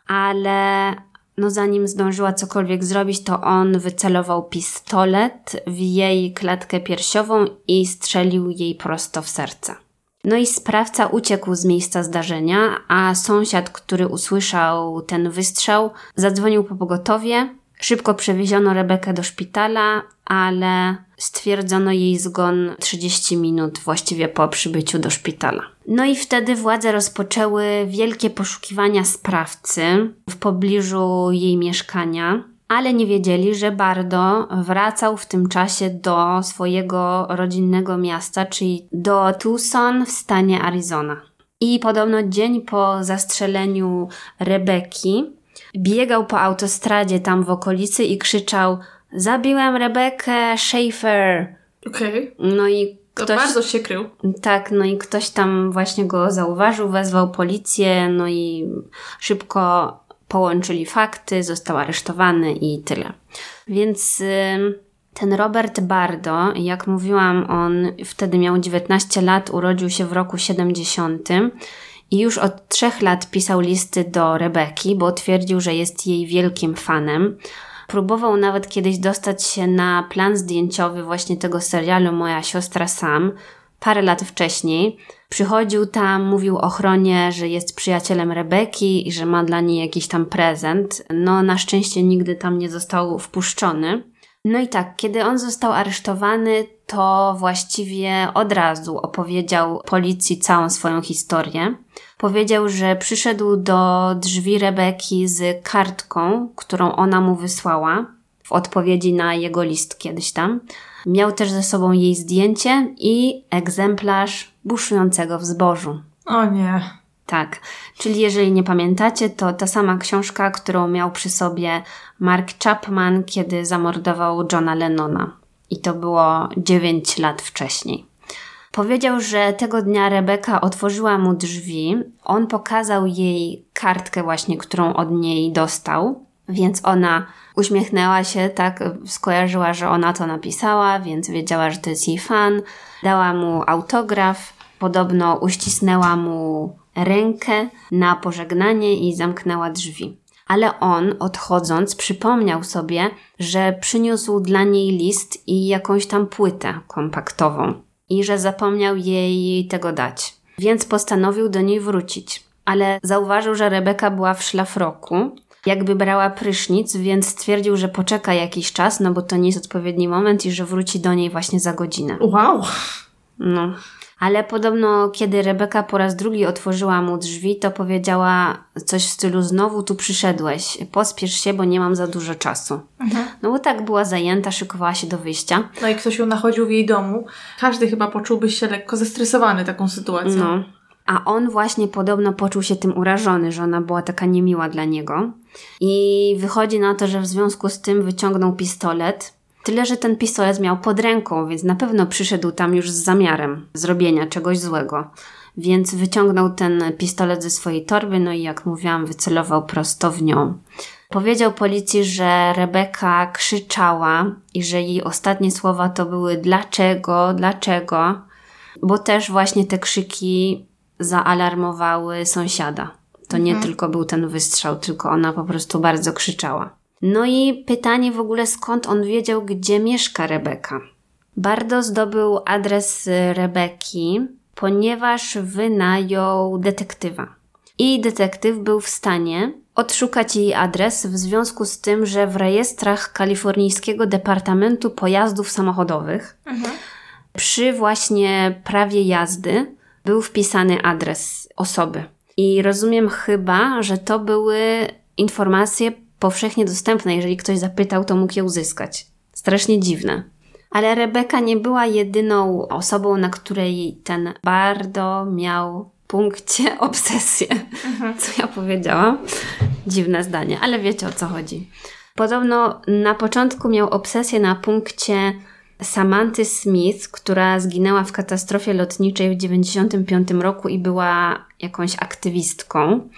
Ale no zanim zdążyła cokolwiek zrobić, to on wycelował pistolet w jej klatkę piersiową i strzelił jej prosto w serce. No i sprawca uciekł z miejsca zdarzenia, a sąsiad, który usłyszał ten wystrzał, zadzwonił po pogotowie. Szybko przewieziono Rebekę do szpitala, ale stwierdzono jej zgon trzydzieści minut właściwie po przybyciu do szpitala. No i wtedy władze rozpoczęły wielkie poszukiwania sprawcy w pobliżu jej mieszkania, ale nie wiedzieli, że Bardo wracał w tym czasie do swojego rodzinnego miasta, czyli do Tucson w stanie Arizona. I podobno dzień po zastrzeleniu Rebeki biegał po autostradzie tam w okolicy i krzyczał: zabiłem Rebekę Schaefer. Okej. Okay. No i ktoś... To bardzo się krył. Tak, no i ktoś tam właśnie go zauważył, wezwał policję, no i szybko połączyli fakty, został aresztowany i tyle. Więc y, ten Robert Bardo, jak mówiłam, on wtedy miał dziewiętnaście lat, urodził się w roku siedemdziesiątym. I już od trzech lat pisał listy do Rebeki, bo twierdził, że jest jej wielkim fanem. Próbował nawet kiedyś dostać się na plan zdjęciowy właśnie tego serialu Moja siostra Sam, parę lat wcześniej. Przychodził tam, mówił ochronie, że jest przyjacielem Rebeki i że ma dla niej jakiś tam prezent. No na szczęście nigdy tam nie został wpuszczony. No i tak, kiedy on został aresztowany, to właściwie od razu opowiedział policji całą swoją historię. Powiedział, że przyszedł do drzwi Rebeki z kartką, którą ona mu wysłała. w odpowiedzi na jego list kiedyś tam. Miał też ze sobą jej zdjęcie i egzemplarz buszującego w zbożu. O nie. Tak, czyli jeżeli nie pamiętacie, to ta sama książka, którą miał przy sobie Mark Chapman, kiedy zamordował Johna Lennona. I to było dziewięć lat wcześniej. Powiedział, że tego dnia Rebeka otworzyła mu drzwi. On pokazał jej kartkę właśnie, którą od niej dostał. Więc ona uśmiechnęła się, tak, skojarzyła, że ona to napisała, więc wiedziała, że to jest jej fan. Dała mu autograf. Podobno uścisnęła mu rękę na pożegnanie i zamknęła drzwi. Ale on, odchodząc, przypomniał sobie, że przyniósł dla niej list i jakąś tam płytę kompaktową i że zapomniał jej tego dać. Więc postanowił do niej wrócić. Ale zauważył, że Rebeka była w szlafroku, jakby brała prysznic, więc stwierdził, że poczeka jakiś czas, no bo to nie jest odpowiedni moment i że wróci do niej właśnie za godzinę. Wow! No. Ale podobno, kiedy Rebeka po raz drugi otworzyła mu drzwi, to powiedziała coś w stylu: znowu tu przyszedłeś, pospiesz się, bo nie mam za dużo czasu. Mhm. No bo tak była zajęta, szykowała się do wyjścia. No i ktoś ją nachodził w jej domu. Każdy chyba poczułby się lekko zestresowany taką sytuacją. No. A on właśnie podobno poczuł się tym urażony, że ona była taka niemiła dla niego. I wychodzi na to, że w związku z tym wyciągnął pistolet. Tyle, że ten pistolet miał pod ręką, więc na pewno przyszedł tam już z zamiarem zrobienia czegoś złego. Więc wyciągnął ten pistolet ze swojej torby, no i jak mówiłam, wycelował prosto w nią. Powiedział policji, że Rebeka krzyczała i że jej ostatnie słowa to były dlaczego, dlaczego, bo też właśnie te krzyki zaalarmowały sąsiada. To nie mhm. tylko był ten wystrzał, tylko ona po prostu bardzo krzyczała. No i pytanie w ogóle, skąd on wiedział, gdzie mieszka Rebeka. Bardo zdobył adres Rebeki, ponieważ wynajął detektywa. I detektyw był w stanie odszukać jej adres w związku z tym, że w rejestrach Kalifornijskiego Departamentu Pojazdów Samochodowych mhm. przy właśnie prawie jazdy był wpisany adres osoby. I rozumiem chyba, że to były informacje powszechnie dostępne. Jeżeli ktoś zapytał, to mógł je uzyskać. Strasznie dziwne. Ale Rebeka nie była jedyną osobą, na której ten Bardo miał punkcie obsesję. Mhm. Co ja powiedziałam? Dziwne zdanie, ale wiecie, o co chodzi. Podobno na początku miał obsesję na punkcie Samanty Smith, która zginęła w katastrofie lotniczej w dziewięćdziesiątym piątym roku i była jakąś aktywistką.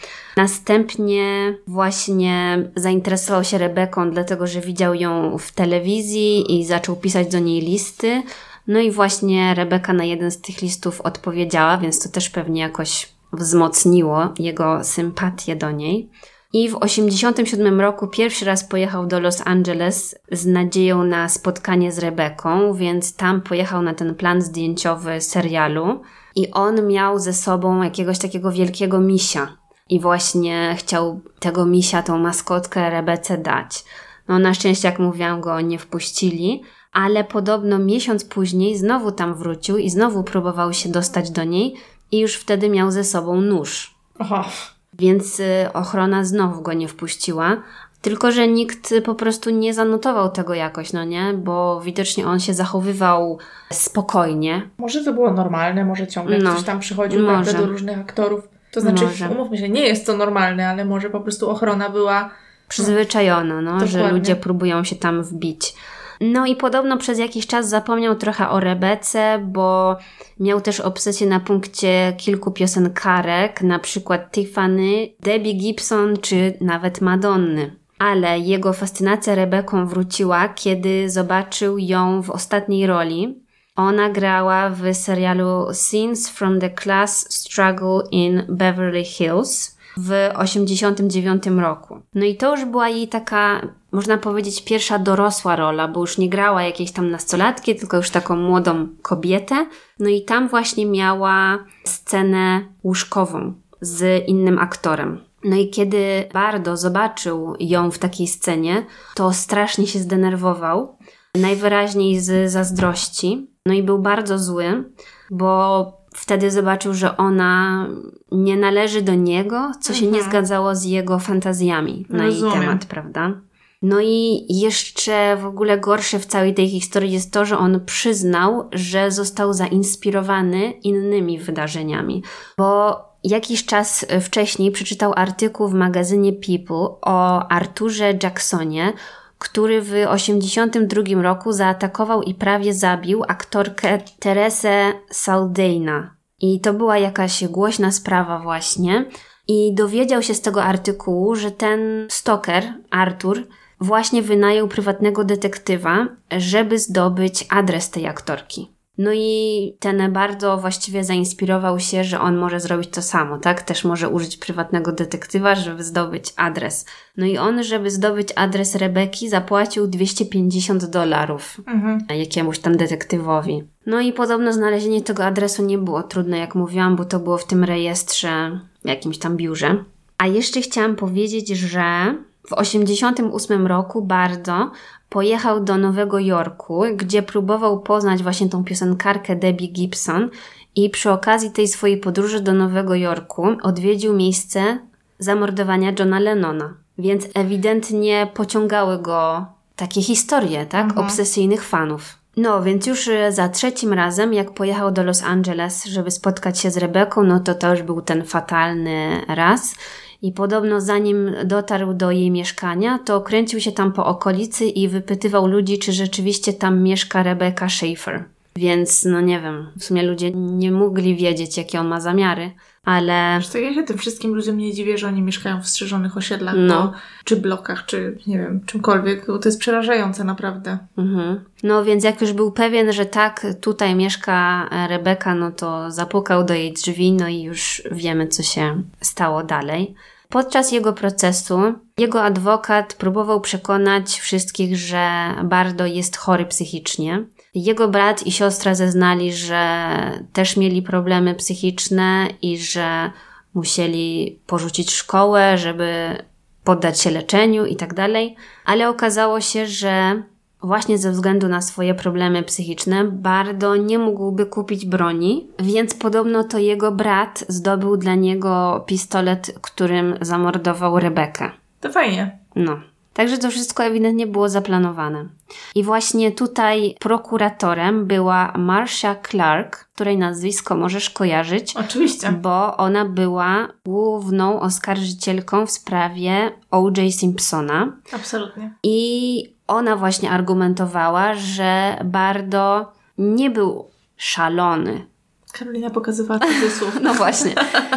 Następnie właśnie zainteresował się Rebeką, dlatego że widział ją w telewizji i zaczął pisać do niej listy. No i właśnie Rebeka na jeden z tych listów odpowiedziała, więc to też pewnie jakoś wzmocniło jego sympatię do niej. I w osiemdziesiątym siódmym roku pierwszy raz pojechał do Los Angeles z nadzieją na spotkanie z Rebeką, więc tam pojechał na ten plan zdjęciowy serialu i on miał ze sobą jakiegoś takiego wielkiego misia i właśnie chciał tego misia, tą maskotkę Rebece dać. No na szczęście, jak mówiłam, go nie wpuścili, ale podobno miesiąc później znowu tam wrócił i znowu próbował się dostać do niej i już wtedy miał ze sobą nóż. Aha. Więc y, ochrona znowu go nie wpuściła, tylko że nikt po prostu nie zanotował tego jakoś, no nie? Bo widocznie on się zachowywał spokojnie. Może to było normalne, może ciągle no, ktoś tam przychodził prawda, do różnych aktorów. To znaczy, może. Umówmy się, nie jest to normalne, ale może po prostu ochrona była przyzwyczajona, no, że ludzie próbują się tam wbić. No i podobno przez jakiś czas zapomniał trochę o Rebece, bo miał też obsesję na punkcie kilku piosenkarek, na przykład Tiffany, Debbie Gibson czy nawet Madonny. Ale jego fascynacja Rebeką wróciła, kiedy zobaczył ją w ostatniej roli. Ona grała w serialu Scenes from the Class Struggle in Beverly Hills w osiemdziesiątym dziewiątym roku. No i to już była jej taka, można powiedzieć, pierwsza dorosła rola, bo już nie grała jakiejś tam nastolatki, tylko już taką młodą kobietę. No i tam właśnie miała scenę łóżkową z innym aktorem. No i kiedy Bardo zobaczył ją w takiej scenie, to strasznie się zdenerwował, najwyraźniej z zazdrości. No i był bardzo zły, bo wtedy zobaczył, że ona nie należy do niego, co się mhm. nie zgadzało z jego fantazjami na Rozumiem. jej temat, prawda? No i jeszcze w ogóle gorsze w całej tej historii jest to, że on przyznał, że został zainspirowany innymi wydarzeniami, bo jakiś czas wcześniej przeczytał artykuł w magazynie People o Arturze Jacksonie, który w osiemdziesiątym drugim roku zaatakował i prawie zabił aktorkę Teresę Saldaina. I to była jakaś głośna sprawa właśnie. I dowiedział się z tego artykułu, że ten stalker, Artur, właśnie wynajął prywatnego detektywa, żeby zdobyć adres tej aktorki. No i ten bardzo właściwie zainspirował się, że on może zrobić to samo, tak? Też może użyć prywatnego detektywa, żeby zdobyć adres. No i on, żeby zdobyć adres Rebeki, zapłacił dwieście pięćdziesiąt dolarów mhm. jakiemuś tam detektywowi. No i podobno znalezienie tego adresu nie było trudne, jak mówiłam, bo to było w tym rejestrze, w jakimś tam biurze. A jeszcze chciałam powiedzieć, że w osiemdziesiątym ósmym roku bardzo pojechał do Nowego Jorku, gdzie próbował poznać właśnie tą piosenkarkę Debbie Gibson i przy okazji tej swojej podróży do Nowego Jorku odwiedził miejsce zamordowania Johna Lennona. Więc ewidentnie pociągały go takie historie, tak? Mhm. Obsesyjnych fanów. No, więc już za trzecim razem, jak pojechał do Los Angeles, żeby spotkać się z Rebeką, no to to już był ten fatalny raz. I podobno zanim dotarł do jej mieszkania, to kręcił się tam po okolicy i wypytywał ludzi, czy rzeczywiście tam mieszka Rebecca Schaeffer. Więc, no nie wiem, w sumie ludzie nie mogli wiedzieć, jakie on ma zamiary, ale... Zresztą ja się tym wszystkim ludziom nie dziwię, że oni mieszkają w strzeżonych osiedlach, no. bo, czy blokach, czy nie wiem, czymkolwiek, bo to jest przerażające naprawdę. Mhm. No więc jak już był pewien, że tak, tutaj mieszka Rebeka, no to zapukał do jej drzwi, no i już wiemy, co się stało dalej. Podczas jego procesu jego adwokat próbował przekonać wszystkich, że Bardo jest chory psychicznie. Jego brat i siostra zeznali, że też mieli problemy psychiczne i że musieli porzucić szkołę, żeby poddać się leczeniu i tak dalej. Ale okazało się, że właśnie ze względu na swoje problemy psychiczne Bardo nie mógłby kupić broni, więc podobno to jego brat zdobył dla niego pistolet, którym zamordował Rebekę. To fajnie. No. Także to wszystko ewidentnie było zaplanowane. I właśnie tutaj prokuratorem była Marcia Clark, której nazwisko możesz kojarzyć. Oczywiście. Bo ona była główną oskarżycielką w sprawie O J Simpsona. Absolutnie. I ona właśnie argumentowała, że Bardo nie był szalony. Karolina pokazywała cudzysłów. No właśnie.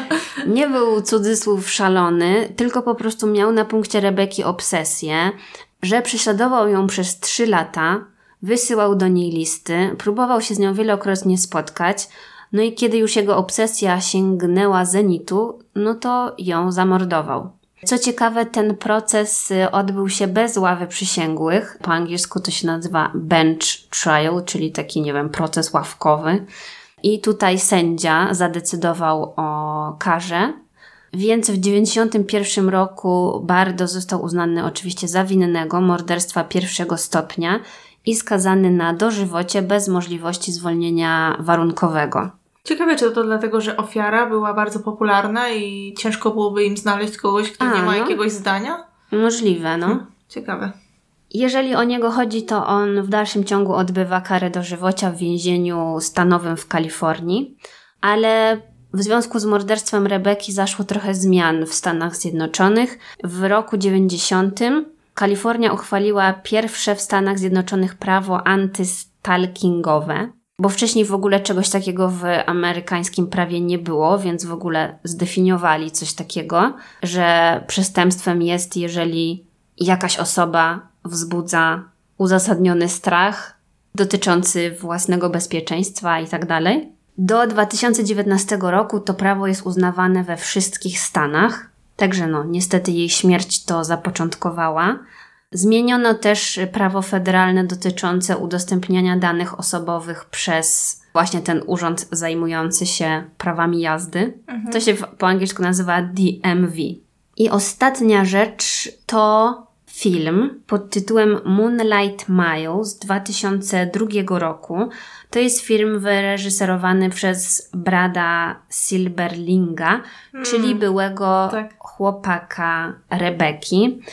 Nie był cudzysłów szalony, tylko po prostu miał na punkcie Rebeki obsesję, że prześladował ją przez trzy lata, wysyłał do niej listy, próbował się z nią wielokrotnie spotkać, no i kiedy już jego obsesja sięgnęła zenitu, no to ją zamordował. Co ciekawe, ten proces odbył się bez ławy przysięgłych. Po angielsku to się nazywa bench trial, czyli taki, nie wiem, proces ławkowy. I tutaj sędzia zadecydował o karze, więc w dziewięćdziesiątym pierwszym roku Bardo został uznany oczywiście za winnego morderstwa pierwszego stopnia i skazany na dożywocie bez możliwości zwolnienia warunkowego. Ciekawe, czy to dlatego, że ofiara była bardzo popularna i ciężko byłoby im znaleźć kogoś, kto A, nie ma no. jakiegoś zdania? Możliwe, no. Hmm, ciekawe. Jeżeli o niego chodzi, to on w dalszym ciągu odbywa karę dożywocia w więzieniu stanowym w Kalifornii, ale w związku z morderstwem Rebeki zaszło trochę zmian w Stanach Zjednoczonych. W roku dziewięćdziesiątym Kalifornia uchwaliła pierwsze w Stanach Zjednoczonych prawo antystalkingowe, bo wcześniej w ogóle czegoś takiego w amerykańskim prawie nie było, więc w ogóle zdefiniowali coś takiego, że przestępstwem jest, jeżeli jakaś osoba wzbudza uzasadniony strach dotyczący własnego bezpieczeństwa i tak dalej. Do dwa tysiące dziewiętnastego roku to prawo jest uznawane we wszystkich stanach, także no niestety jej śmierć to zapoczątkowała. Zmieniono też prawo federalne dotyczące udostępniania danych osobowych przez właśnie ten urząd zajmujący się prawami jazdy. Mhm. To się po angielsku nazywa D M V. I ostatnia rzecz to film pod tytułem Moonlight Mile z dwa tysiące drugiego roku. To jest film wyreżyserowany przez Brada Silberlinga, hmm, czyli byłego tak. chłopaka Rebeki.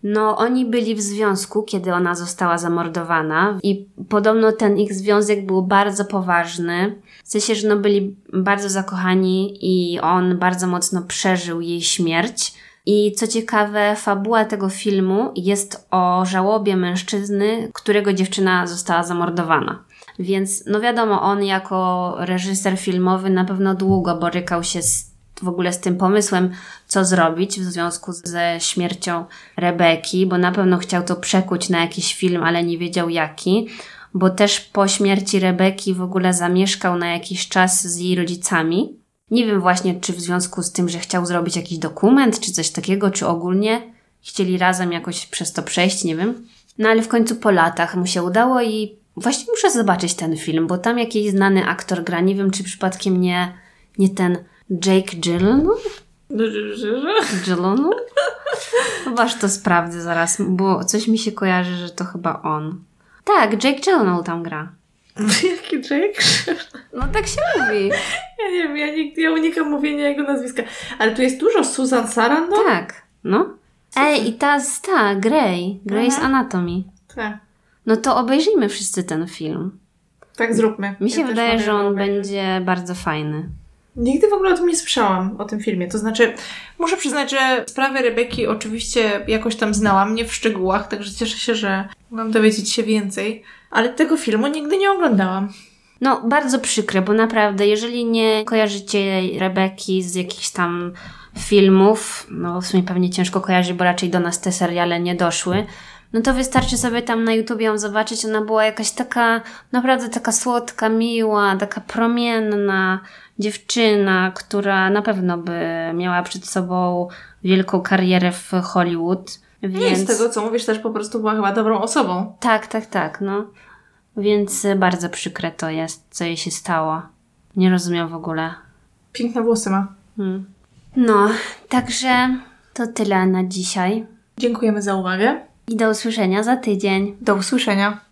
No, oni byli w związku, kiedy ona została zamordowana i podobno ten ich związek był bardzo poważny. W sensie, że no byli bardzo zakochani i on bardzo mocno przeżył jej śmierć. I co ciekawe, fabuła tego filmu jest o żałobie mężczyzny, którego dziewczyna została zamordowana. Więc no wiadomo, on jako reżyser filmowy na pewno długo borykał się z, w ogóle z tym pomysłem, co zrobić w związku ze śmiercią Rebeki, bo na pewno chciał to przekuć na jakiś film, ale nie wiedział jaki, bo też po śmierci Rebeki w ogóle zamieszkał na jakiś czas z jej rodzicami. Nie wiem właśnie, czy w związku z tym, że chciał zrobić jakiś dokument, czy coś takiego, czy ogólnie chcieli razem jakoś przez to przejść, nie wiem. No ale w końcu po latach mu się udało i właśnie muszę zobaczyć ten film, bo tam jakiś znany aktor gra. Nie wiem, czy przypadkiem nie, nie ten Jake Gyllenhaal? Gyllenhaal? Chyba, że to sprawdzę zaraz, bo coś mi się kojarzy, że to chyba on. Tak, Jake Gyllenhaal tam gra. Jaki Jake? No tak się mówi. Ja nie wiem, ja, nie, ja unikam mówienia jego nazwiska. Ale tu jest dużo Susan Sarandon? Tak, no. Ej, i ta, ta, Grey. Grey's Aha. Anatomy. Tak. No to obejrzyjmy wszyscy ten film. Tak zróbmy. Mi się ja wydaje, że on obejrzeć. będzie bardzo fajny. Nigdy w ogóle o tym nie słyszałam, o tym filmie. To znaczy, muszę przyznać, że sprawę Rebeki oczywiście jakoś tam znałam, nie w szczegółach, także cieszę się, że mogłam dowiedzieć się więcej. Ale tego filmu nigdy nie oglądałam. No, bardzo przykre, bo naprawdę, jeżeli nie kojarzycie Rebeki z jakichś tam filmów, no w sumie pewnie ciężko kojarzyć, bo raczej do nas te seriale nie doszły, no to wystarczy sobie tam na YouTubie ją zobaczyć. Ona była jakaś taka, naprawdę taka słodka, miła, taka promienna dziewczyna, która na pewno by miała przed sobą wielką karierę w Hollywood. Więc... Nie, z tego co mówisz, też po prostu była chyba dobrą osobą. Tak, tak, tak, no. Więc bardzo przykre to jest, co jej się stało. Nie rozumiem w ogóle. Piękne włosy ma. Hmm. No, także to tyle na dzisiaj. Dziękujemy za uwagę. I do usłyszenia za tydzień. Do usłyszenia.